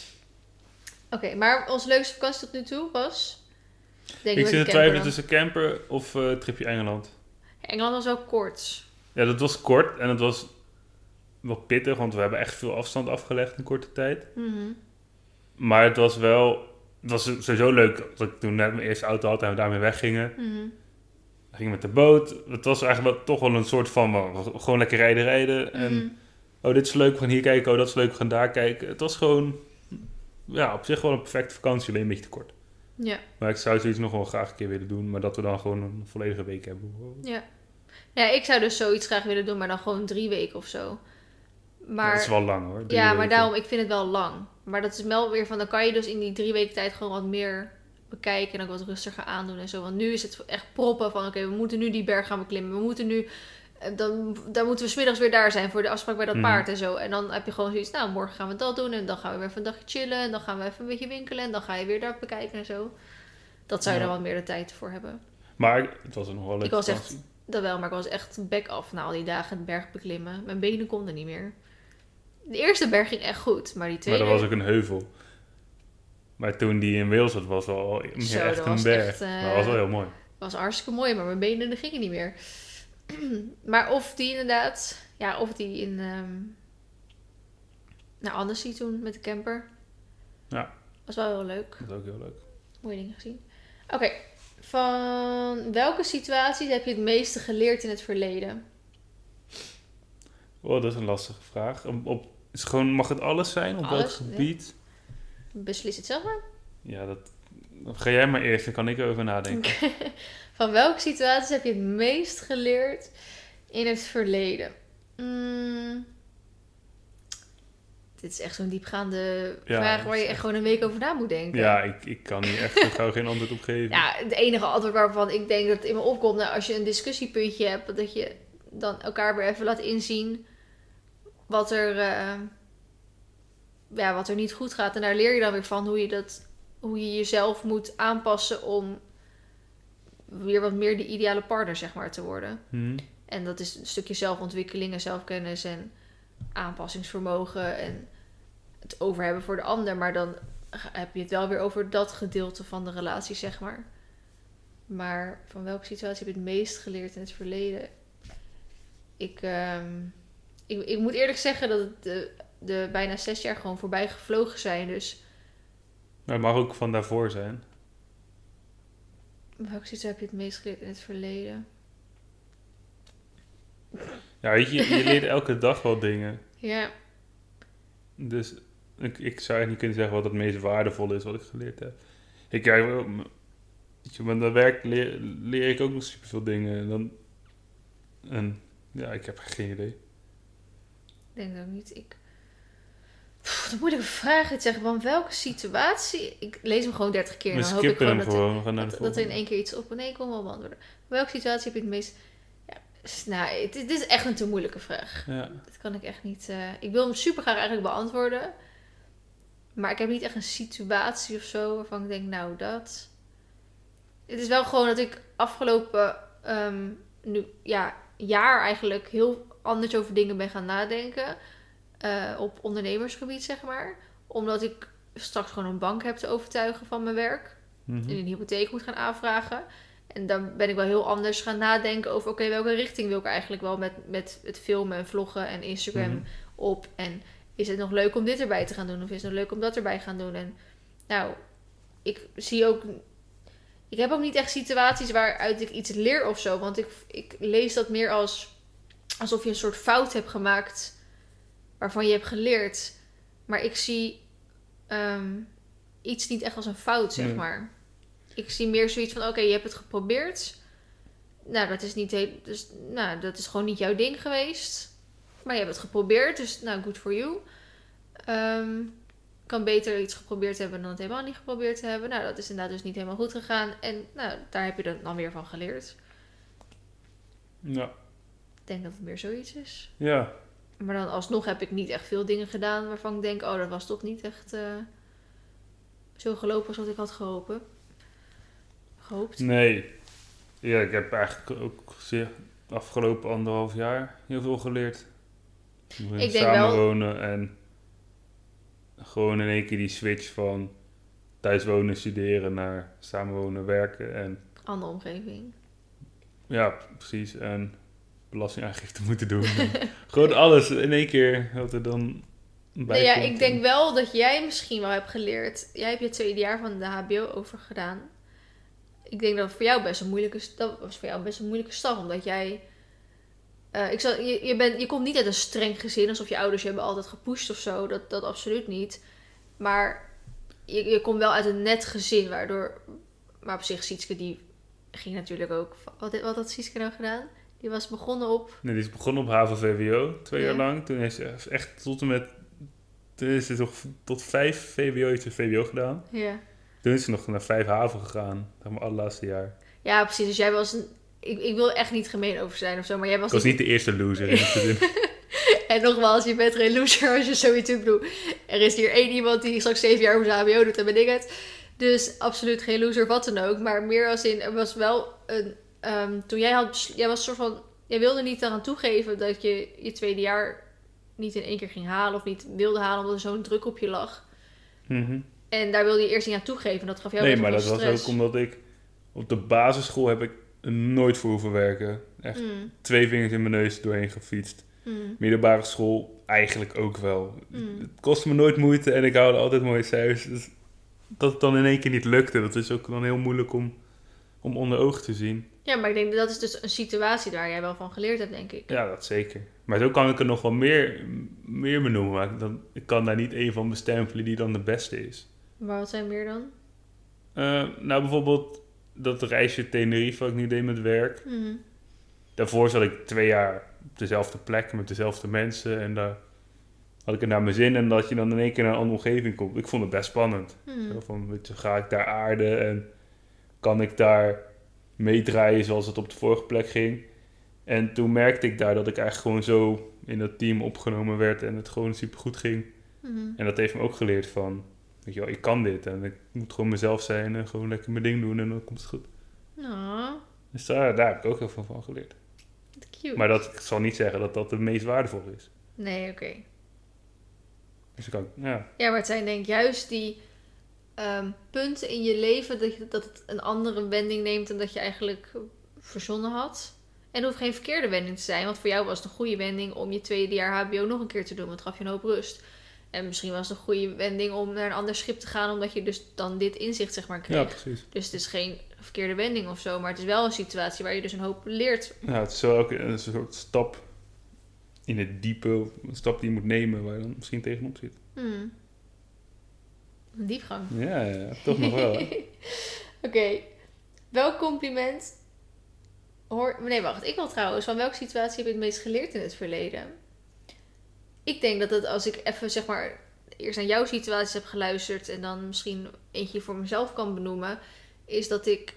Oké, maar onze leukste vakantie tot nu toe was? Ik zit te twijfelen tussen camper of tripje Engeland. Engeland was wel kort. Ja, dat was kort en het was wel pittig, want we hebben echt veel afstand afgelegd in korte tijd. Mm-hmm. Maar het was sowieso leuk dat ik toen net mijn eerste auto had en we daarmee weggingen. Mm-hmm. We gingen met de boot. Het was eigenlijk toch wel een soort van gewoon lekker rijden. En dit is leuk, we gaan hier kijken. Dat is leuk, we gaan daar kijken. Het was gewoon op zich wel een perfecte vakantie, alleen een beetje te kort. Ja. Maar ik zou zoiets nog wel graag een keer willen doen, maar dat we dan gewoon een volledige week hebben. Ja, ik zou dus zoiets graag willen doen, maar dan gewoon 3 weken of zo. Maar, dat is wel lang hoor. Maar daarom, ik vind het wel lang. Maar dat is wel weer van, dan kan je dus in die 3 weken tijd gewoon wat meer bekijken en ook wat rustiger aandoen en zo. Want nu is het echt proppen van, oké, we moeten nu die berg gaan beklimmen. We moeten nu, dan moeten we 's middags weer daar zijn voor de afspraak bij dat paard en zo. En dan heb je gewoon zoiets, morgen gaan we dat doen en dan gaan we weer even een dagje chillen. En dan gaan we even een beetje winkelen en dan ga je weer daar bekijken en zo. Dat zou je dan wat meer de tijd voor hebben. Maar het was nog wel leuk. Ik was echt, dat wel, maar ik was echt back af na al die dagen de berg beklimmen. Mijn benen konden niet meer. De eerste berg ging echt goed, maar die tweede... Maar dat was ook een heuvel. Maar toen die in Wales was wel echt een berg. Maar dat was wel heel mooi. Het was hartstikke mooi, maar mijn benen gingen niet meer. Maar of die inderdaad... Ja, of die in... naar Annecy toen met de camper. Ja. Was wel heel leuk. Dat was ook heel leuk. Mooie dingen gezien. Oké. Van welke situaties heb je het meeste geleerd in het verleden? Oh, dat is een lastige vraag. Is gewoon, mag het alles zijn? Op welk gebied? Ja. Beslis het zelf maar. Ja, dan ga jij maar eerst. Dan kan ik erover nadenken. Van welke situaties heb je het meest geleerd in het verleden? Dit is echt zo'n diepgaande vraag waar je echt gewoon een week over na moet denken. Ja, ik kan hier echt gauw geen antwoord op geven. Ja, het enige antwoord waarvan ik denk dat het in me opkomt... Nou, als je een discussiepuntje hebt... dat je dan elkaar weer even laat inzien... wat er niet goed gaat. En daar leer je dan weer van hoe je jezelf moet aanpassen... om weer wat meer de ideale partner, zeg maar, te worden. En dat is een stukje zelfontwikkeling en zelfkennis... en aanpassingsvermogen en het over hebben voor de ander. Maar dan heb je het wel weer over dat gedeelte van de relatie, zeg maar. Maar van welke situatie heb je het meest geleerd in het verleden? Ik moet eerlijk zeggen dat het de bijna 6 jaar gewoon voorbij gevlogen zijn. Dus... Maar het mag ook van daarvoor zijn. Welke situatie heb je het meest geleerd in het verleden? Ja, weet je leert elke dag wel dingen. Ja. Dus ik zou echt niet kunnen zeggen wat het meest waardevol is wat ik geleerd heb. Met dat werk leer ik ook nog superveel dingen. En ik heb geen idee. Ik denk dat ook niet. Dat is een moeilijke vraag te zeggen. Van welke situatie... Ik lees hem gewoon 30 keer. En dan hoop ik gewoon dat er in één keer iets op... Nee, ik kom wel beantwoorden. Welke situatie heb je het meest... dit is echt een te moeilijke vraag. Ja. Dat kan ik echt niet... ik wil hem super graag eigenlijk beantwoorden. Maar ik heb niet echt een situatie of zo... waarvan ik denk, nou dat... Het is wel gewoon dat ik afgelopen... jaar eigenlijk... heel anders over dingen ben gaan nadenken... op ondernemersgebied, zeg maar. Omdat ik straks gewoon een bank heb te overtuigen van mijn werk. En een hypotheek moet gaan aanvragen... En dan ben ik wel heel anders gaan nadenken over... Oké, welke richting wil ik eigenlijk wel met het filmen en vloggen en Instagram op? En is het nog leuk om dit erbij te gaan doen? Of is het nog leuk om dat erbij gaan doen? En nou, ik zie ook... Ik heb ook niet echt situaties waaruit ik iets leer of zo. Want ik lees dat meer alsof je een soort fout hebt gemaakt... waarvan je hebt geleerd. Maar ik zie iets niet echt als een fout, zeg maar. Ik zie meer zoiets van, oké, je hebt het geprobeerd. Nou, dat is gewoon niet jouw ding geweest. Maar je hebt het geprobeerd, dus nou, good for you. Kan beter iets geprobeerd hebben dan het helemaal niet geprobeerd te hebben. Nou, dat is inderdaad dus niet helemaal goed gegaan. En nou, daar heb je dan weer van geleerd. Ja. Ik denk dat het meer zoiets is. Ja. Maar dan alsnog heb ik niet echt veel dingen gedaan waarvan ik denk... Oh, dat was toch niet echt zo gelopen als wat ik had gehoopt. Nee. Ja, ik heb eigenlijk ook afgelopen 1,5 jaar heel veel geleerd. Ik denk samenwonen en gewoon in één keer die switch van thuis wonen, studeren naar samenwonen, werken en... Andere omgeving. Ja, precies. En belastingaangifte moeten doen. Gewoon alles in één keer wat er dan bij komt. Ik denk wel dat jij misschien wel hebt geleerd. Jij hebt je 2e jaar van de HBO over gedaan. Ik denk dat voor jou best een moeilijke stap. Omdat jij... je komt niet uit een streng gezin. Alsof je ouders je hebben altijd gepusht of zo. Dat absoluut niet. Maar je komt wel uit een net gezin. Maar op zich, Sietske die ging natuurlijk ook... Wat had Sietske nou gedaan? Die was begonnen op... Nee, die is begonnen op HAVO-VWO 2 jaar lang. Toen is ze echt tot 5 VWO heeft ze VWO gedaan. Ja. Toen is ze nog naar 5 HAVO gegaan. Dat was mijn allerlaatste jaar. Ja, precies. Dus jij was ik wil echt niet gemeen over zijn of zo, maar jij was... Ik was niet de eerste loser in het gezin. En nogmaals, je bent geen loser als je zoiets doet. Bedoel, er is hier 1 iemand die straks 7 jaar over zijn HBO doet en ben ik het. Dus absoluut geen loser, wat dan ook. Maar meer als in, er was wel een... toen jij was soort van... Jij wilde niet eraan toegeven dat je 2e jaar niet in één keer ging halen of niet wilde halen omdat er zo'n druk op je lag. En daar wilde je eerst niet aan toegeven. Dat gaf jou nee, maar dat was ook omdat ik... Op de basisschool heb ik nooit voor hoeven werken. Echt 2 vingers in mijn neus doorheen gefietst. Middelbare school eigenlijk ook wel. Het kostte me nooit moeite en ik haalde altijd mooie cijfers. Dus dat het dan in één keer niet lukte, dat is ook dan heel moeilijk om om onder ogen te zien. Ja, maar ik denk dat is dus een situatie waar jij wel van geleerd hebt, denk ik. Ja, dat zeker. Maar zo kan ik er nog wel meer benoemen. Maar ik kan daar niet één van bestempelen die dan de beste is. Maar wat zijn meer dan? Nou, bijvoorbeeld dat reisje Tenerife wat ik nu deed met werk. Mm. Daarvoor zat ik 2 jaar op dezelfde plek met dezelfde mensen. En daar had ik er naar mijn zin. En dat je dan in één keer naar een andere omgeving komt. Ik vond het best spannend. Zo van, weet je, ga ik daar aarden en kan ik daar meedraaien zoals het op de vorige plek ging. En toen merkte ik daar dat ik eigenlijk gewoon zo in dat team opgenomen werd en het gewoon supergoed ging. Mm. En dat heeft me ook geleerd van, weet je wel, ik kan dit en ik moet gewoon mezelf zijn en gewoon lekker mijn ding doen en dan komt het goed. Oh, Dus daar heb ik ook heel veel van geleerd. cute. Maar ik zal niet zeggen dat dat het meest waardevol is. Nee, oké. Dus ik kan, ja. Ja, maar het zijn denk ik juist die punten in je leven dat het een andere wending neemt dan dat je eigenlijk verzonnen had. En het hoeft geen verkeerde wending te zijn, want voor jou was het een goede wending om je 2e jaar HBO nog een keer te doen, want het gaf je een hoop rust. En misschien was het een goede wending om naar een ander schip te gaan, omdat je dus dan dit inzicht zeg maar kreeg. Ja, precies. Dus het is geen verkeerde wending of zo, maar het is wel een situatie waar je dus een hoop leert. Ja, het is wel ook een soort stap in het diepe, een stap die je moet nemen waar je dan misschien tegenop zit. Een diepgang. Ja, toch nog wel. Hè? Oké. Welk compliment Nee, wacht. Ik wil trouwens, van welke situatie heb je het meest geleerd in het verleden? Ik denk dat het als ik even zeg maar eerst naar jouw situaties heb geluisterd en dan misschien eentje voor mezelf kan benoemen, is dat ik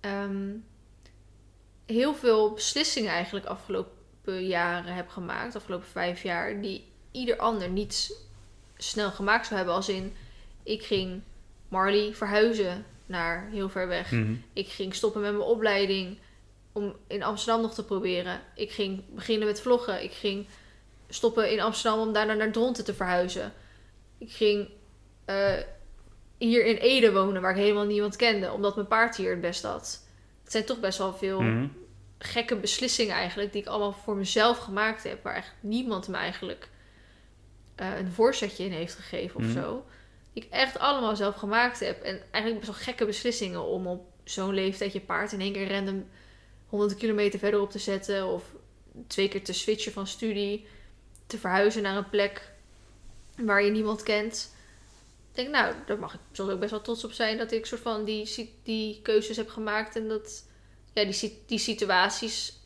heel veel beslissingen eigenlijk afgelopen jaren heb gemaakt, afgelopen 5 jaar, die ieder ander niet snel gemaakt zou hebben. Als in, ik ging Marley verhuizen naar heel ver weg. Mm-hmm. Ik ging stoppen met mijn opleiding om in Amsterdam nog te proberen. Ik ging beginnen met vloggen. Ik ging stoppen in Amsterdam om daarna naar Dronten te verhuizen. Ik ging hier in Ede wonen, waar ik helemaal niemand kende, omdat mijn paard hier het best had. Het zijn toch best wel veel gekke beslissingen eigenlijk, die ik allemaal voor mezelf gemaakt heb, waar eigenlijk niemand me eigenlijk een voorzetje in heeft gegeven of zo. Die ik echt allemaal zelf gemaakt heb. En eigenlijk best wel gekke beslissingen om op zo'n leeftijd je paard in één keer random 100 kilometer verderop te zetten. Of 2 keer te switchen van studie. Te verhuizen naar een plek waar je niemand kent. Ik denk, nou, daar mag ik soms ook best wel trots op zijn. Dat ik soort van die keuzes heb gemaakt. En dat die situaties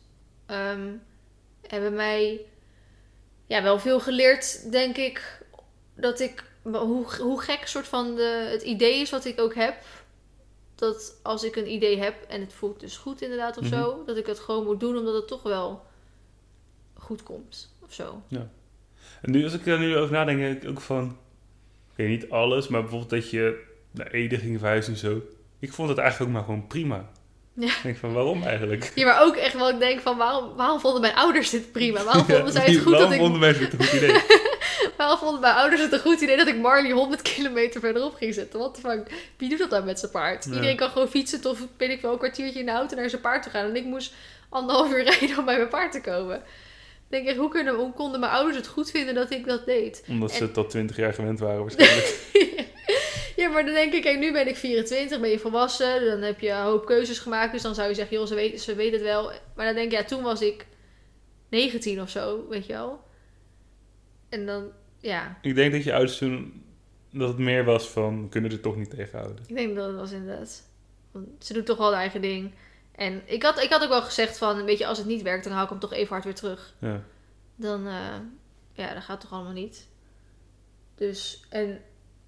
hebben mij wel veel geleerd, denk ik. Dat ik, hoe gek soort van het idee is wat ik ook heb. Dat als ik een idee heb en het voelt dus goed inderdaad of zo. Dat ik het gewoon moet doen omdat het toch wel goed komt of zo. Ja. En nu, als ik er nu over nadenk, denk ik ook van, oké, niet alles, maar bijvoorbeeld dat je naar Ede ging verhuizen en zo. Ik vond het eigenlijk ook maar gewoon prima. Ja. Ik denk van, waarom eigenlijk? Ja, maar ook echt wel, ik denk van, waarom vonden mijn ouders dit prima? Waarom vonden zij het goed waarom dat ik... vonden mensen het een goed idee? Waarom vonden mijn ouders het een goed idee dat ik Marley 100 kilometer verderop ging zetten? What the fuck? Wie doet dat dan met zijn paard? Ja. Iedereen kan gewoon fietsen of ben ik wel een kwartiertje in de auto naar zijn paard te gaan. En ik moest 1,5 uur rijden om bij mijn paard te komen. Ik denk echt, hoe konden mijn ouders het goed vinden dat ik dat deed? Omdat ze het tot 20 jaar gewend waren waarschijnlijk. Ja, maar dan denk ik, kijk, nu ben ik 24, ben je volwassen. Dan heb je een hoop keuzes gemaakt. Dus dan zou je zeggen, joh, ze weet het wel. Maar dan denk ik, ja, toen was ik 19 of zo, weet je wel. En dan, ja. Ik denk dat je ouders toen, dat het meer was van, we kunnen er toch niet tegenhouden. Ik denk dat het was inderdaad. Want ze doet toch wel haar eigen ding. En ik had ook wel gezegd van, weet je, als het niet werkt, dan hou ik hem toch even hard weer terug. Ja. Dan, dat gaat toch allemaal niet. Dus, en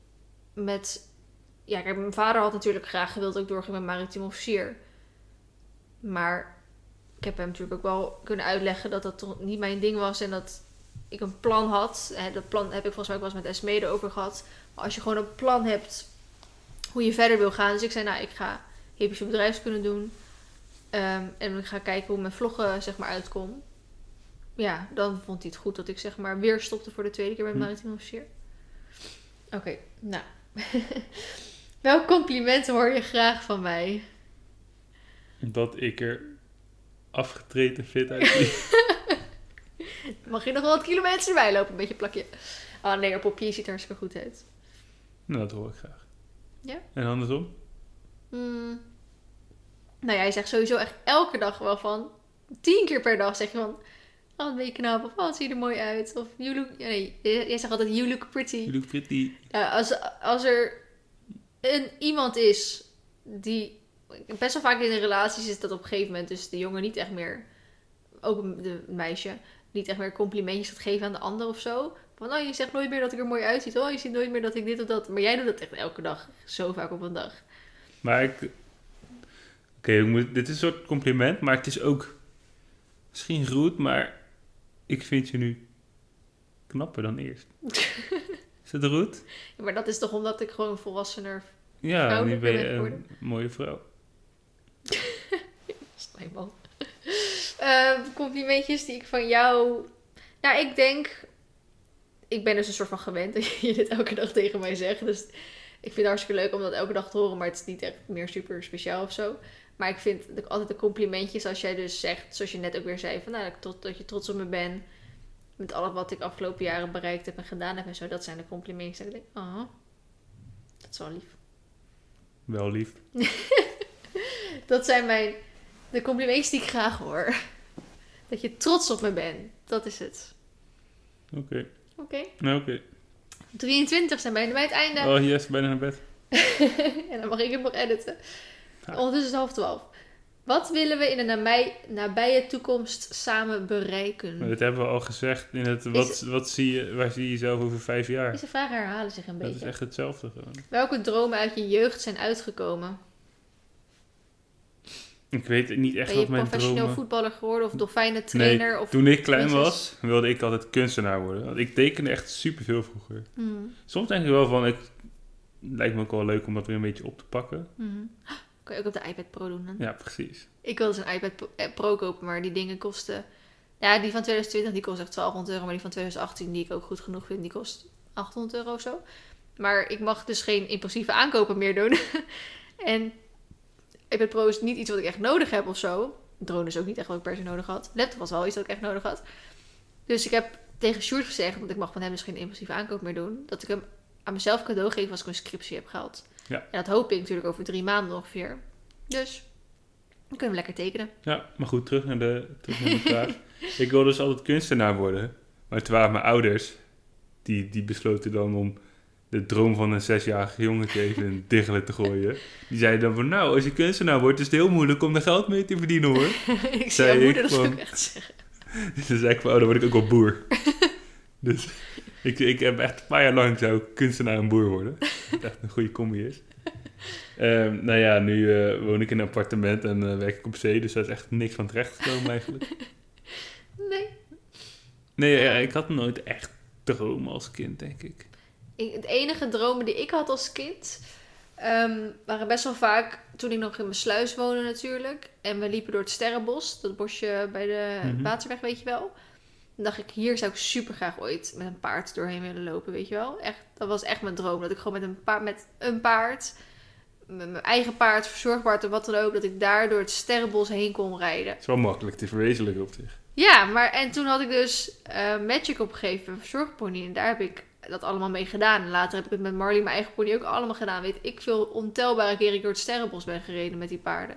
kijk, mijn vader had natuurlijk graag gewild dat ik doorging met maritiem officier. Maar ik heb hem natuurlijk ook wel kunnen uitleggen dat dat toch niet mijn ding was en dat ik een plan had. Dat plan heb ik volgens mij ook wel eens met Esmee erover gehad. Maar als je gewoon een plan hebt hoe je verder wil gaan. Dus ik zei, nou, ik ga epische bedrijfskunde doen. En ik ga kijken hoe mijn vloggen, zeg maar, uitkom. Ja, dan vond hij het goed dat ik, zeg maar, weer stopte voor de 2e keer met maritiem officier. Oké, nou. Welk compliment hoor je graag van mij? Dat ik er afgetreden fit uitzie. Mag je nog wel wat kilometers erbij lopen, een beetje plakje. Oh nee, op papier ziet er hartstikke goed uit. Nou, dat hoor ik graag. Ja? En andersom? Nou ja, hij zegt sowieso echt elke dag wel van... 10 keer per dag zeg je van... Oh, wat ben je knap. Of oh, wat zie je er mooi uit. Of you look... Nee, jij zegt altijd you look pretty. You look pretty. Ja, als er iemand is die... Best wel vaak in de relaties is dat op een gegeven moment... Dus de jongen niet echt meer... Ook de meisje... Niet echt meer complimentjes gaat geven aan de ander of zo. Van, oh, je zegt nooit meer dat ik er mooi uitziet. Oh, je ziet nooit meer dat ik dit of dat... Maar jij doet dat echt elke dag. Zo vaak op een dag. Maar dit is een soort compliment, maar het is ook misschien rude, maar ik vind je nu knapper dan eerst. Is het rude? Ja, maar dat is toch omdat ik gewoon een volwassener Ja, nu ben je een mooie vrouw. Stijnbal. Complimentjes die ik van jou... Nou, ik denk... Ik ben dus een soort van gewend dat je dit elke dag tegen mij zegt. Dus ik vind het hartstikke leuk om dat elke dag te horen. Maar het is niet echt meer super speciaal of zo. Maar ik vind altijd de complimentjes als jij dus zegt... Zoals je net ook weer zei. Van, nou, dat je trots op me bent. Met alles wat ik afgelopen jaren bereikt heb en gedaan heb en zo. Dat zijn de complimentjes. Dat ik denk, oh, dat is wel lief. Wel lief. Dat zijn de complimentjes die ik graag hoor. Dat je trots op me bent. Dat is het. Oké. Oké. Nou, oké. 23 zijn bijna bij het einde. Oh yes, bijna naar bed. En dan mag ik hem nog editen. Ja. Ondertussen is het 11:30. Wat willen we in de nabije toekomst samen bereiken? Maar dit hebben we al gezegd. Waar zie je jezelf over 5 jaar? Deze vragen herhalen zich een beetje. Dat is echt hetzelfde gewoon. Welke dromen uit je jeugd zijn uitgekomen? Ik weet niet echt Ben je wat mijn professioneel dromen... voetballer geworden of dolfijnentrainer? Nee, of toen ik klein prinses? was, wilde ik altijd kunstenaar worden. Want ik tekende echt superveel vroeger. Soms denk ik wel van, het lijkt me ook wel leuk om dat weer een beetje op te pakken. Kan je ook op de iPad Pro doen dan? Ja, precies. Ik wilde dus een iPad Pro kopen, maar die dingen kosten... Ja, die van 2020 die kost echt €1200, maar die van 2018 die ik ook goed genoeg vind, die kost €800 of zo. Maar ik mag dus geen impulsieve aankopen meer doen. En iPad Pro is niet iets wat ik echt nodig heb of zo. Drone is ook niet echt wat ik per se nodig had. Laptop was wel iets dat ik echt nodig had. Dus ik heb tegen Sjoerd gezegd, want ik mag van hem dus geen impulsieve aankoop meer doen, dat ik hem aan mezelf cadeau geef als ik een scriptie heb gehaald. Ja. En dat hoop ik natuurlijk over 3 maanden ongeveer. Dus dan kunnen we lekker tekenen. Ja, maar goed, terug naar de vraag. Ik wilde dus altijd kunstenaar worden. Maar toen waren mijn ouders, die besloten dan om de droom van een 6-jarige jongetje even in diggelen te gooien. Die zeiden dan van, nou, als je kunstenaar wordt, is het heel moeilijk om er geld mee te verdienen, hoor. Ik zie jouw moeder dat ook echt zeggen. Dus dan zei ik van, dan word ik ook wel boer. Dus ik heb echt een paar jaar lang zou ik kunstenaar en boer worden. Wat echt een goede combi is. Nou ja, nu woon ik in een appartement en werk ik op zee. Dus daar is echt niks van terecht gekomen eigenlijk. Nee. Nee, ja, ik had nooit echt dromen als kind, denk ik. Het enige dromen die ik had als kind... waren best wel vaak toen ik nog in mijn sluis woonde natuurlijk. En we liepen door het Sterrenbos. Dat bosje bij de Waterweg, weet je wel. Dan dacht ik, hier zou ik super graag ooit met een paard doorheen willen lopen, weet je wel. Echt, dat was echt mijn droom. Dat ik gewoon met een paard, met mijn eigen paard, verzorgbaard of wat dan ook, dat ik daar door het Sterrenbos heen kon rijden. Het is wel makkelijk te verwezenlijken op zich. Ja, maar en toen had ik dus Magic opgegeven, een verzorgpony. En daar heb ik dat allemaal mee gedaan. En later heb ik het met Marley, mijn eigen pony, ook allemaal gedaan. Weet ik veel ontelbare keren ik door het Sterrenbos ben gereden met die paarden.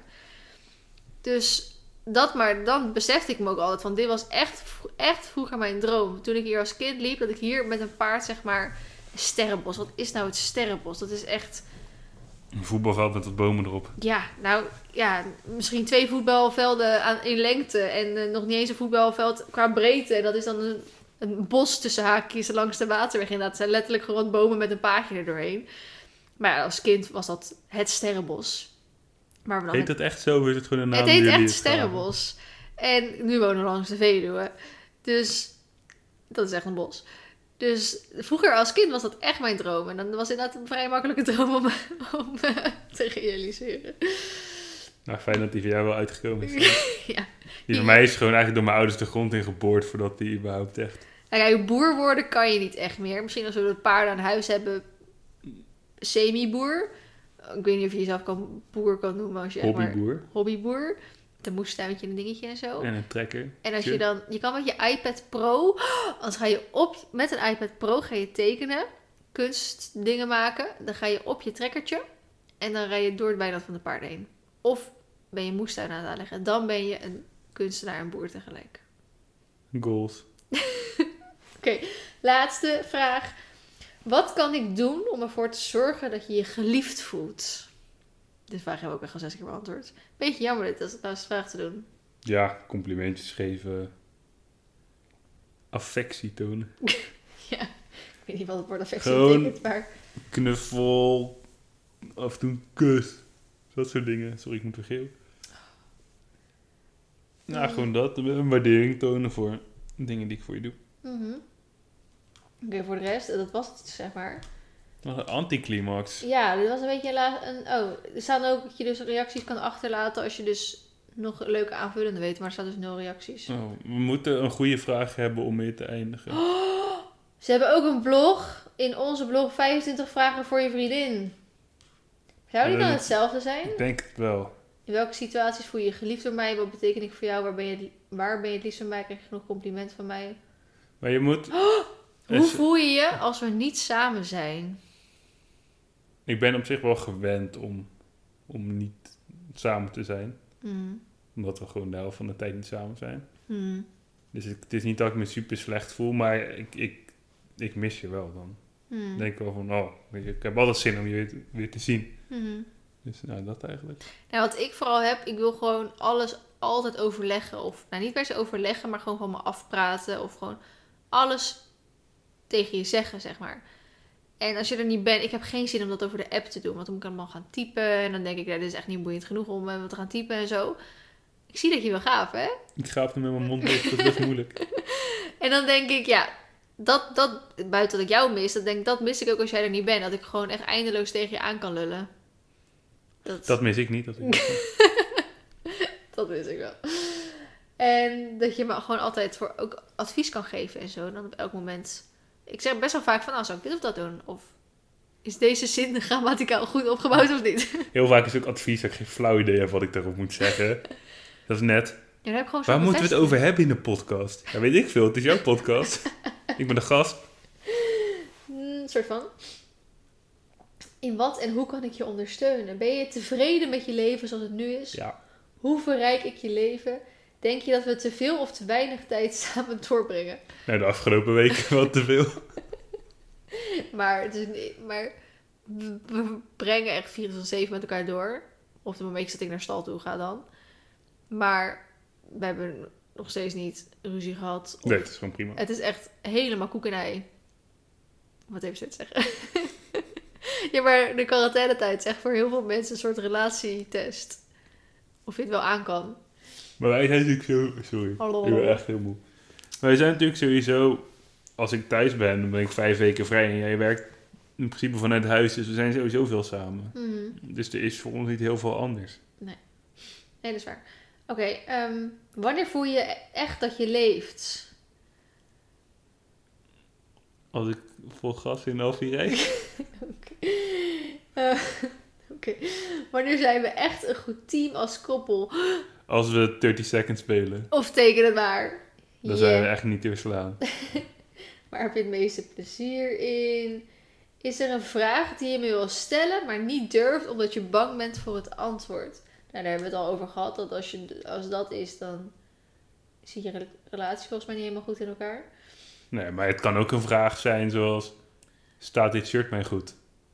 Dus maar dan besefte ik me ook altijd van, dit was echt vroeger mijn droom. Toen ik hier als kind liep, dat ik hier met een paard, zeg maar, Sterrenbos. Wat is nou het Sterrenbos? Dat is echt... Een voetbalveld met wat bomen erop. Ja, nou, ja, misschien 2 voetbalvelden in lengte en nog niet eens een voetbalveld qua breedte. En dat is dan een bos tussen haakjes langs de Waterweg. Inderdaad, het zijn letterlijk gewoon bomen met een paadje er doorheen. Maar ja, als kind was dat het Sterrenbos. Maar we dan heet dat echt zo? Of is het gewoon een naam? Het heet echt Sterrenbos. En nu wonen we langs de Veluwe. Dus dat is echt een bos. Dus vroeger als kind was dat echt mijn droom. En dan was het inderdaad een vrij makkelijke droom om te realiseren. Nou, fijn dat die voor jou wel uitgekomen is. Ja. Die van mij is gewoon eigenlijk door mijn ouders de grond in geboord voordat die überhaupt echt... Nou ja, boer worden kan je niet echt meer. Misschien als we de paarden aan huis hebben, semi-boer. Ik weet niet of je jezelf boer kan noemen als je hobbyboer. Hobbyboer. Een moestuintje en een dingetje en zo. En een trekker. En als je dan... Je kan met je iPad Pro... Als ga je met een iPad Pro ga je tekenen. Kunstdingen maken. Dan ga je op je trekkertje. En dan rij je door het weiland van de paarden heen. Of ben je moestuin aan het aanleggen. En dan ben je een kunstenaar en boer tegelijk. Goals. Oké, laatste vraag. Wat kan ik doen om ervoor te zorgen dat je je geliefd voelt? Dit vraag heb ik ook echt al 6 keer beantwoord. Beetje jammer dit, als het nou eens vraag te doen. Ja, complimentjes geven. Affectie tonen. Ja, ik weet niet wat het woord affectie Gewoon betekent, maar... Knuffel. Af en toe een kus. Dat soort dingen. Sorry, ik moet weer geel. Nou, gewoon dat. Een waardering tonen voor dingen die ik voor je doe. Oké, voor de rest, dat was het, zeg maar. Wat een anticlimax. Ja, dit was een beetje er staan ook dat je dus reacties kan achterlaten als je dus nog leuke aanvullende weet, maar er staan dus 0 reacties. Oh, we moeten een goede vraag hebben om mee te eindigen. Oh, ze hebben ook een blog. In onze blog 25 vragen voor je vriendin. Zou die dan hetzelfde zijn? Ik denk het wel. In welke situaties voel je je geliefd door mij? Wat betekent ik voor jou? Waar ben je het liefst van mij? Krijg je genoeg complimenten van mij? Maar je moet... Hoe voel je je als we niet samen zijn? Ik ben op zich wel gewend om niet samen te zijn. Omdat we gewoon de helft van de tijd niet samen zijn. Dus het is niet dat ik me super slecht voel, maar ik mis je wel dan. Ik denk wel van, ik heb altijd zin om je weer te zien. Dus nou, dat eigenlijk. Nou, wat ik vooral heb, ik wil gewoon alles altijd overleggen. Of, nou niet per se overleggen, maar gewoon van me afpraten. Of gewoon alles tegen je zeggen, zeg maar. En als je er niet bent, ik heb geen zin om dat over de app te doen. Want dan moet ik allemaal gaan typen. En dan denk ik, dit is echt niet boeiend genoeg om wat te gaan typen en zo. Ik zie dat je wel gaaf, hè? Ik gaaf nu met mijn mond dicht, dat is best moeilijk. En dan denk ik, ja, dat buiten dat ik jou mis, dat mis ik ook als jij er niet bent. Dat ik gewoon echt eindeloos tegen je aan kan lullen. Dat mis ik niet. Dat mis ik wel. En dat je me gewoon altijd voor ook advies kan geven en zo. Dan op elk moment. Ik zeg best wel vaak van, zou ik dit of dat doen? Of is deze zin grammaticaal goed opgebouwd of niet? Heel vaak is het ook advies dat ik geen flauw idee heb wat ik daarop moet zeggen. Dat is net. Ja, dan heb ik gewoon waar moeten we het over hebben in de podcast? Ja, weet ik veel. Het is jouw podcast. Ik ben de gast. Een soort van. In wat en hoe kan ik je ondersteunen? Ben je tevreden met je leven zoals het nu is? Ja. Hoe verrijk ik je leven? Denk je dat we te veel of te weinig tijd samen doorbrengen? Nou, de afgelopen weken wat te veel. maar we brengen echt 24/7 met elkaar door. Op het moment dat ik naar stal toe ga dan. Maar we hebben nog steeds niet ruzie gehad. Nee, het is gewoon prima. Het is echt helemaal koek en ei. Wat even zo te zeggen. Ja, maar de quarantainetijd is echt voor heel veel mensen een soort relatietest. Of je het wel aan kan. Maar wij zijn natuurlijk zo... Sorry, ik ben echt heel moe. Wij zijn natuurlijk sowieso... Als ik thuis ben, dan ben ik 5 weken vrij. En jij werkt in principe vanuit huis. Dus we zijn sowieso veel samen. Dus er is voor ons niet heel veel anders. Nee, dat is waar. Oké, wanneer voel je echt dat je leeft? Als ik vol gas in Alfie rijd. Oké. Wanneer zijn we echt een goed team als koppel? Als we 30 seconds spelen. Of teken het maar. Dan zijn we echt niet te verslaan. Waar heb je het meeste plezier in? Is er een vraag die je me wil stellen, maar niet durft omdat je bang bent voor het antwoord? Nou, daar hebben we het al over gehad. Dat als dat is, dan zit je relatie volgens mij niet helemaal goed in elkaar. Nee, maar het kan ook een vraag zijn zoals... Staat dit shirt mij goed?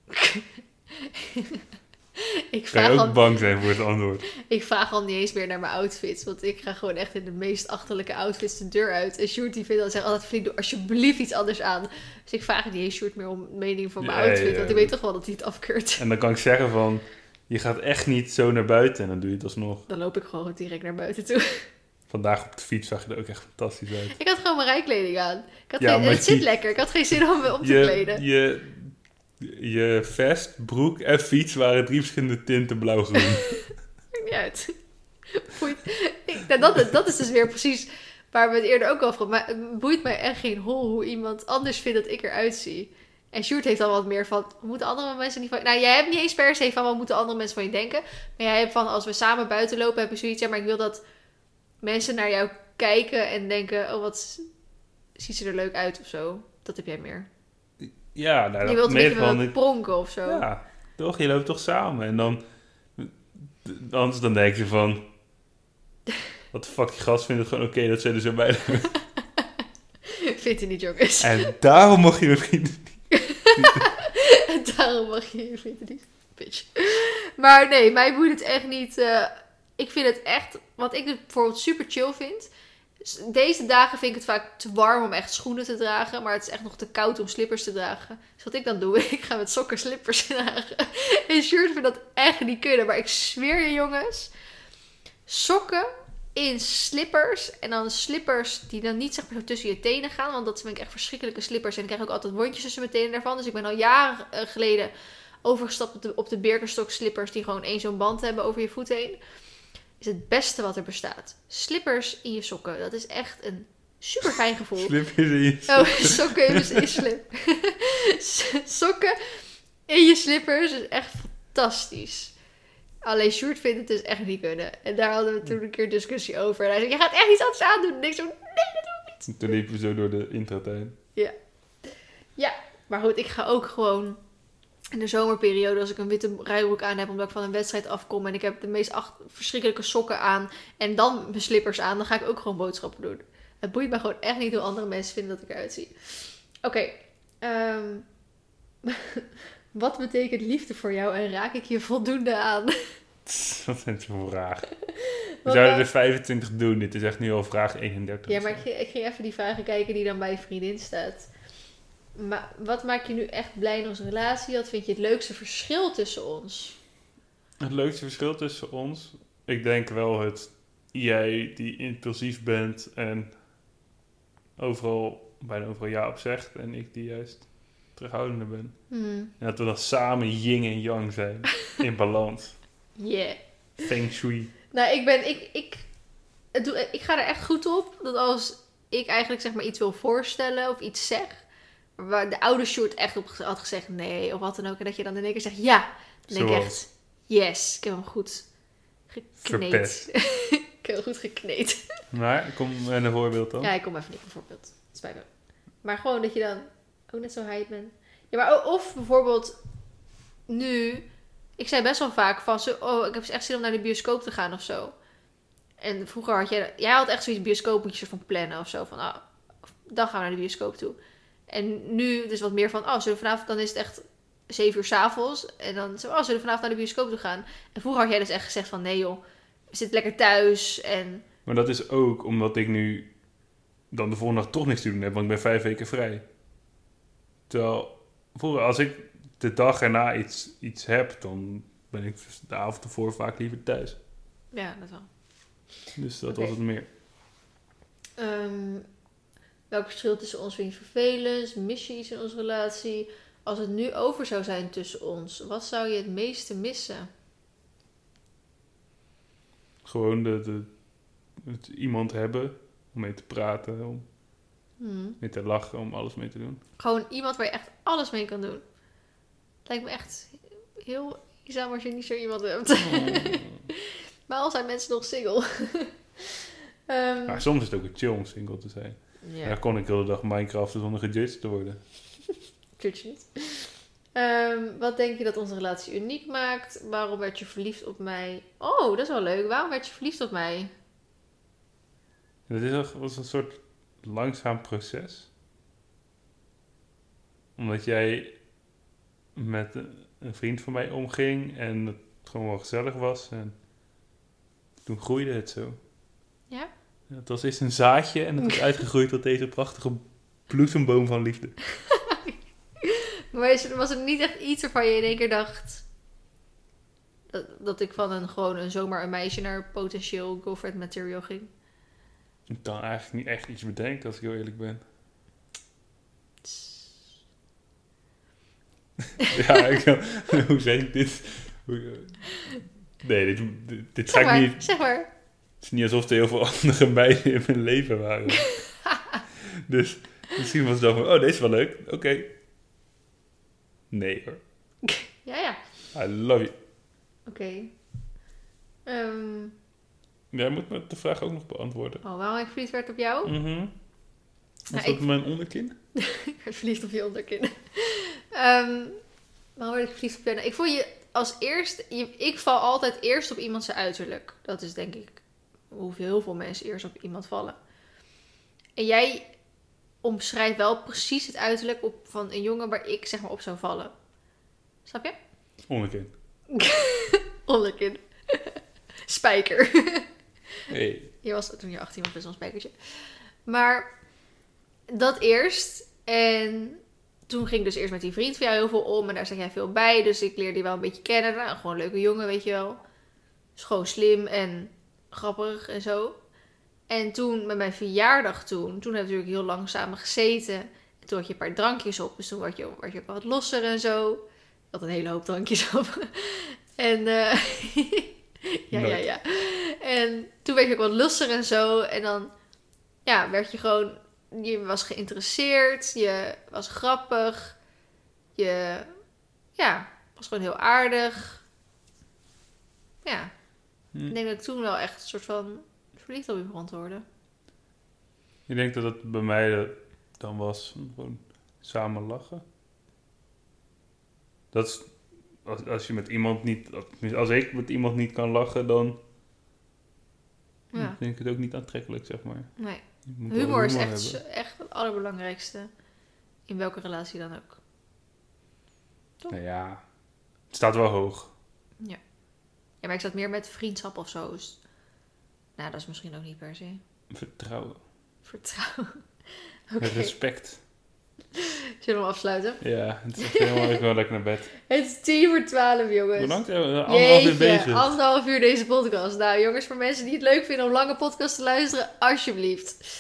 Kan je ook bang zijn voor het antwoord? Ik vraag al niet eens meer naar mijn outfits. Want ik ga gewoon echt in de meest achterlijke outfits de deur uit. En Sjoerd die vindt dan zegt altijd... Flink, doe alsjeblieft iets anders aan. Dus ik vraag niet eens Sjoerd meer om mening van mijn outfit. Want ik weet toch wel dat hij het afkeurt. En dan kan ik zeggen van... Je gaat echt niet zo naar buiten. En dan doe je het alsnog. Dan loop ik gewoon direct naar buiten toe. Vandaag op de fiets zag je er ook echt fantastisch uit. Ik had gewoon mijn rijkleding aan. Het zit lekker. Ik had geen zin om me om te kleden. Je vest, broek en fiets waren 3 verschillende tinten blauw-groen. Maakt niet uit. Dat is dus weer precies waar we het eerder ook over hadden. Maar het boeit mij echt geen hol hoe iemand anders vindt dat ik eruit zie. En Sjoerd heeft dan wat meer van... Moeten andere mensen niet van... Nou, jij hebt niet eens per se van... Wat moeten andere mensen van je denken? Maar jij hebt van... Als we samen buiten lopen... Heb je zoiets... Ja, maar ik wil dat mensen naar jou kijken... En denken... Oh, wat ziet ze er leuk uit of zo. Dat heb jij meer. Ja, nou, je wilt een beetje pronken of zo. Ja, toch? Je loopt toch samen. En dan Anders dan denk je van... Wat de fuck, die gast vindt het gewoon oké dat zij er zo bij doen. Vindt hij niet, jongens. En daarom mag je mijn vrienden En daarom mag je vrienden niet. Bitch. Maar nee, mij boeit het echt niet. Ik vind het echt... Wat ik bijvoorbeeld super chill vind... Deze dagen vind ik het vaak te warm om echt schoenen te dragen. Maar het is echt nog te koud om slippers te dragen. Dus wat ik dan doe, ik ga met sokken slippers dragen. En shirt vind dat echt niet kunnen. Maar ik zweer je, jongens. Sokken in slippers. En dan slippers die dan niet zeg maar zo tussen je tenen gaan. Want dat vind ik echt verschrikkelijke slippers. En ik krijg ook altijd wondjes tussen mijn tenen daarvan. Dus ik ben al jaren geleden overgestapt op de Birkenstock slippers. Die gewoon één zo'n band hebben over je voet heen. Is het beste wat er bestaat. Slippers in je sokken. Dat is echt een super fijn gevoel. Slippers in je sokken. Oh, sokken in je slip. Sokken in je slippers is echt fantastisch. Alleen Sjoerd vindt het dus echt niet kunnen. En daar hadden we toen een keer discussie over. En hij zei, je gaat echt iets anders aandoen. En ik zo, nee, dat doe ik niet. Toen liepen we zo door de intratuin. Ja, maar goed, ik ga ook gewoon... In de zomerperiode, als ik een witte rijbroek aan heb, omdat ik van een wedstrijd afkom en ik heb de meest verschrikkelijke sokken aan en dan mijn slippers aan, dan ga ik ook gewoon boodschappen doen. Het boeit me gewoon echt niet hoe andere mensen vinden dat ik eruit zie. Oké. Wat betekent liefde voor jou en raak ik je voldoende aan? Wat zijn het voor vragen? We zouden er 25 doen. Dit is echt nu al vraag 31. Ja, maar ik ging even die vragen kijken die dan bij je vriendin staat. Maar wat maakt je nu echt blij in onze relatie? Wat vind je het leukste verschil tussen ons? Het leukste verschil tussen ons? Ik denk wel jij die impulsief bent en bijna overal ja op zegt. En ik die juist terughoudender ben. En dat we dan samen yin en yang zijn. In balans. Yeah. Feng shui. Nou, ik ga er echt goed op. Dat als ik eigenlijk zeg maar iets wil voorstellen of iets zeg... Waar de oude Sjoerd echt op had gezegd nee of wat dan ook. En dat je dan in één keer zegt ja. Dan denk ik echt, yes, ik heb hem goed gekneed. Ik heb hem goed gekneed. Maar, kom met een voorbeeld dan. Ja, ik kom even niet met een voorbeeld. Spijt me. Maar gewoon dat je dan ook net zo hype bent. Ja, maar of bijvoorbeeld nu... Ik zei best wel vaak van, ik heb echt zin om naar de bioscoop te gaan of zo. En vroeger had jij had echt zoiets bioscoop moet je van plannen of zo. Van, dan gaan we naar de bioscoop toe. En nu dus wat meer van, zullen we vanavond, dan is het echt 7 uur 's avonds. En dan zullen we vanavond naar de bioscoop toe gaan. En vroeger had jij dus echt gezegd van, nee joh, we zitten lekker thuis. En... Maar dat is ook omdat ik nu dan de volgende dag toch niks te doen heb, want ik ben 5 weken vrij. Terwijl, vroeger als ik de dag erna iets heb, dan ben ik de avond ervoor vaak liever thuis. Ja, dat wel. Dus dat was het meer. Welk verschil tussen ons vind je vervelend? Mis je iets in onze relatie? Als het nu over zou zijn tussen ons, wat zou je het meeste missen? Gewoon het iemand hebben om mee te praten, om mee te lachen, om alles mee te doen. Gewoon iemand waar je echt alles mee kan doen. Het lijkt me echt heel eenzaam als je niet zo iemand hebt. Maar al zijn mensen nog single. Maar soms is het ook een chill om single te zijn. Ja. Daar kon ik de hele dag Minecraft zonder gejudged te worden. Judge niet. Wat denk je dat onze relatie uniek maakt? Waarom werd je verliefd op mij? Oh, dat is wel leuk. Waarom werd je verliefd op mij? Was een soort langzaam proces. Omdat jij met een vriend van mij omging en het gewoon wel gezellig was. En toen groeide het zo. Ja? Het was eerst een zaadje en het is uitgegroeid tot deze prachtige bloesemboom van liefde. Maar was er niet echt iets waarvan je in één keer dacht... Dat ik van zomaar een meisje naar potentieel girlfriend material ging? Ik kan eigenlijk niet echt iets bedenken als ik heel eerlijk ben. Ja, hoe zeg ik dit? Nee, dit ga ik niet... Zeg maar. Het is niet alsof er heel veel andere meiden in mijn leven waren. Dus misschien was het dan van, deze is wel leuk. Oké. Nee hoor. Ja. I love you. Oké. Jij moet me de vraag ook nog beantwoorden. Waarom ik verliefd werd op jou? Was dat mijn onderkin? Ik werd verliefd op je onderkin. Waarom werd ik verliefd op jou? Ik vond je als eerst... Ik val altijd eerst op iemand zijn uiterlijk. Dat is denk ik hoe heel veel mensen eerst op iemand vallen. En jij omschrijft wel precies het uiterlijk van een jongen waar ik zeg maar op zou vallen. Snap je? Onderkin. Onderkin. Spijker. Hey. Je was toen je 18 was best wel een spijkertje. Maar dat eerst. En toen ging ik dus eerst met die vriend van jou heel veel om. En daar zat jij veel bij. Dus ik leerde die wel een beetje kennen. Nou, gewoon een leuke jongen, weet je wel. Dus gewoon slim en grappig en zo. En toen, met mijn verjaardag toen hebben we natuurlijk heel lang samen gezeten. En toen had je een paar drankjes op. Dus toen werd je ook wat losser en zo. Ik had een hele hoop drankjes op. En ja. En toen werd je ook wat losser en zo. En dan werd je gewoon... Je was geïnteresseerd. Je was grappig. Je was gewoon heel aardig. Ja. Ik denk dat ik toen wel echt een soort van verliefd op je begon te worden. Ik denk dat het bij mij dan was gewoon samen lachen. Dat is... Als je met iemand niet... Als ik met iemand niet kan lachen, dan... vind ik het ook niet aantrekkelijk, zeg maar. Nee. Humor is echt het allerbelangrijkste. In welke relatie dan ook. Toch? Nou ja, het staat wel hoog. Ja. Ja, maar ik zat meer met vriendschap of zo. Dus, dat is misschien ook niet per se. Vertrouwen. Okay. Respect. Zullen we hem afsluiten? Ja, het is echt helemaal... Ik wil lekker naar bed. Het is 11:10, jongens. Hoe lang zijn we? 1,5 uur bezig. 1,5 uur deze podcast. Nou, jongens, voor mensen die het leuk vinden om lange podcasts te luisteren, alsjeblieft.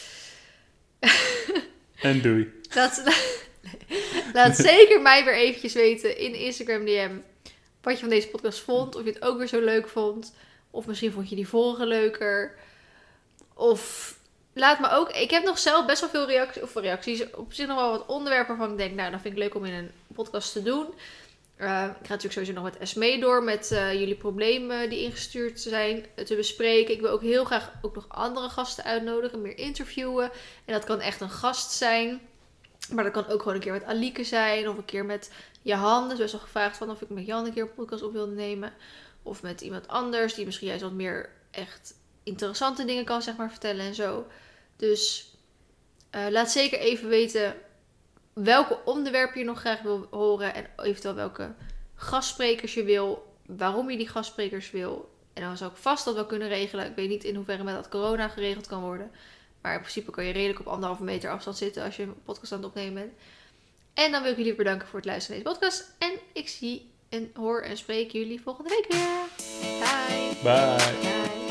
En doei. Laat zeker mij weer eventjes weten in Instagram DM wat je van deze podcast vond. Of je het ook weer zo leuk vond. Of misschien vond je die vorige leuker. Of laat me ook... Ik heb nog zelf best wel veel reacties. Op zich nog wel wat onderwerpen waarvan ik denk... Nou, dat vind ik leuk om in een podcast te doen. Ik ga natuurlijk sowieso nog met Esmee door. Met jullie problemen die ingestuurd zijn te bespreken. Ik wil ook heel graag ook nog andere gasten uitnodigen. Meer interviewen. En dat kan echt een gast zijn. Maar dat kan ook gewoon een keer met Alieke zijn. Of een keer met Jahan. Dus best wel gevraagd van of ik met Jan een keer een podcast op wilde nemen. Of met iemand anders die misschien juist wat meer echt interessante dingen kan, zeg maar, vertellen en zo. Dus laat zeker even weten welke onderwerpen je nog graag wil horen. En eventueel welke gastsprekers je wil. Waarom je die gastsprekers wil. En dan zou ik vast dat wel kunnen regelen. Ik weet niet in hoeverre met dat corona geregeld kan worden. Maar in principe kan je redelijk op 1,5 meter afstand zitten als je een podcast aan het opnemen bent. En dan wil ik jullie bedanken voor het luisteren naar deze podcast. En ik zie en hoor en spreek jullie volgende week weer. Bye. Bye.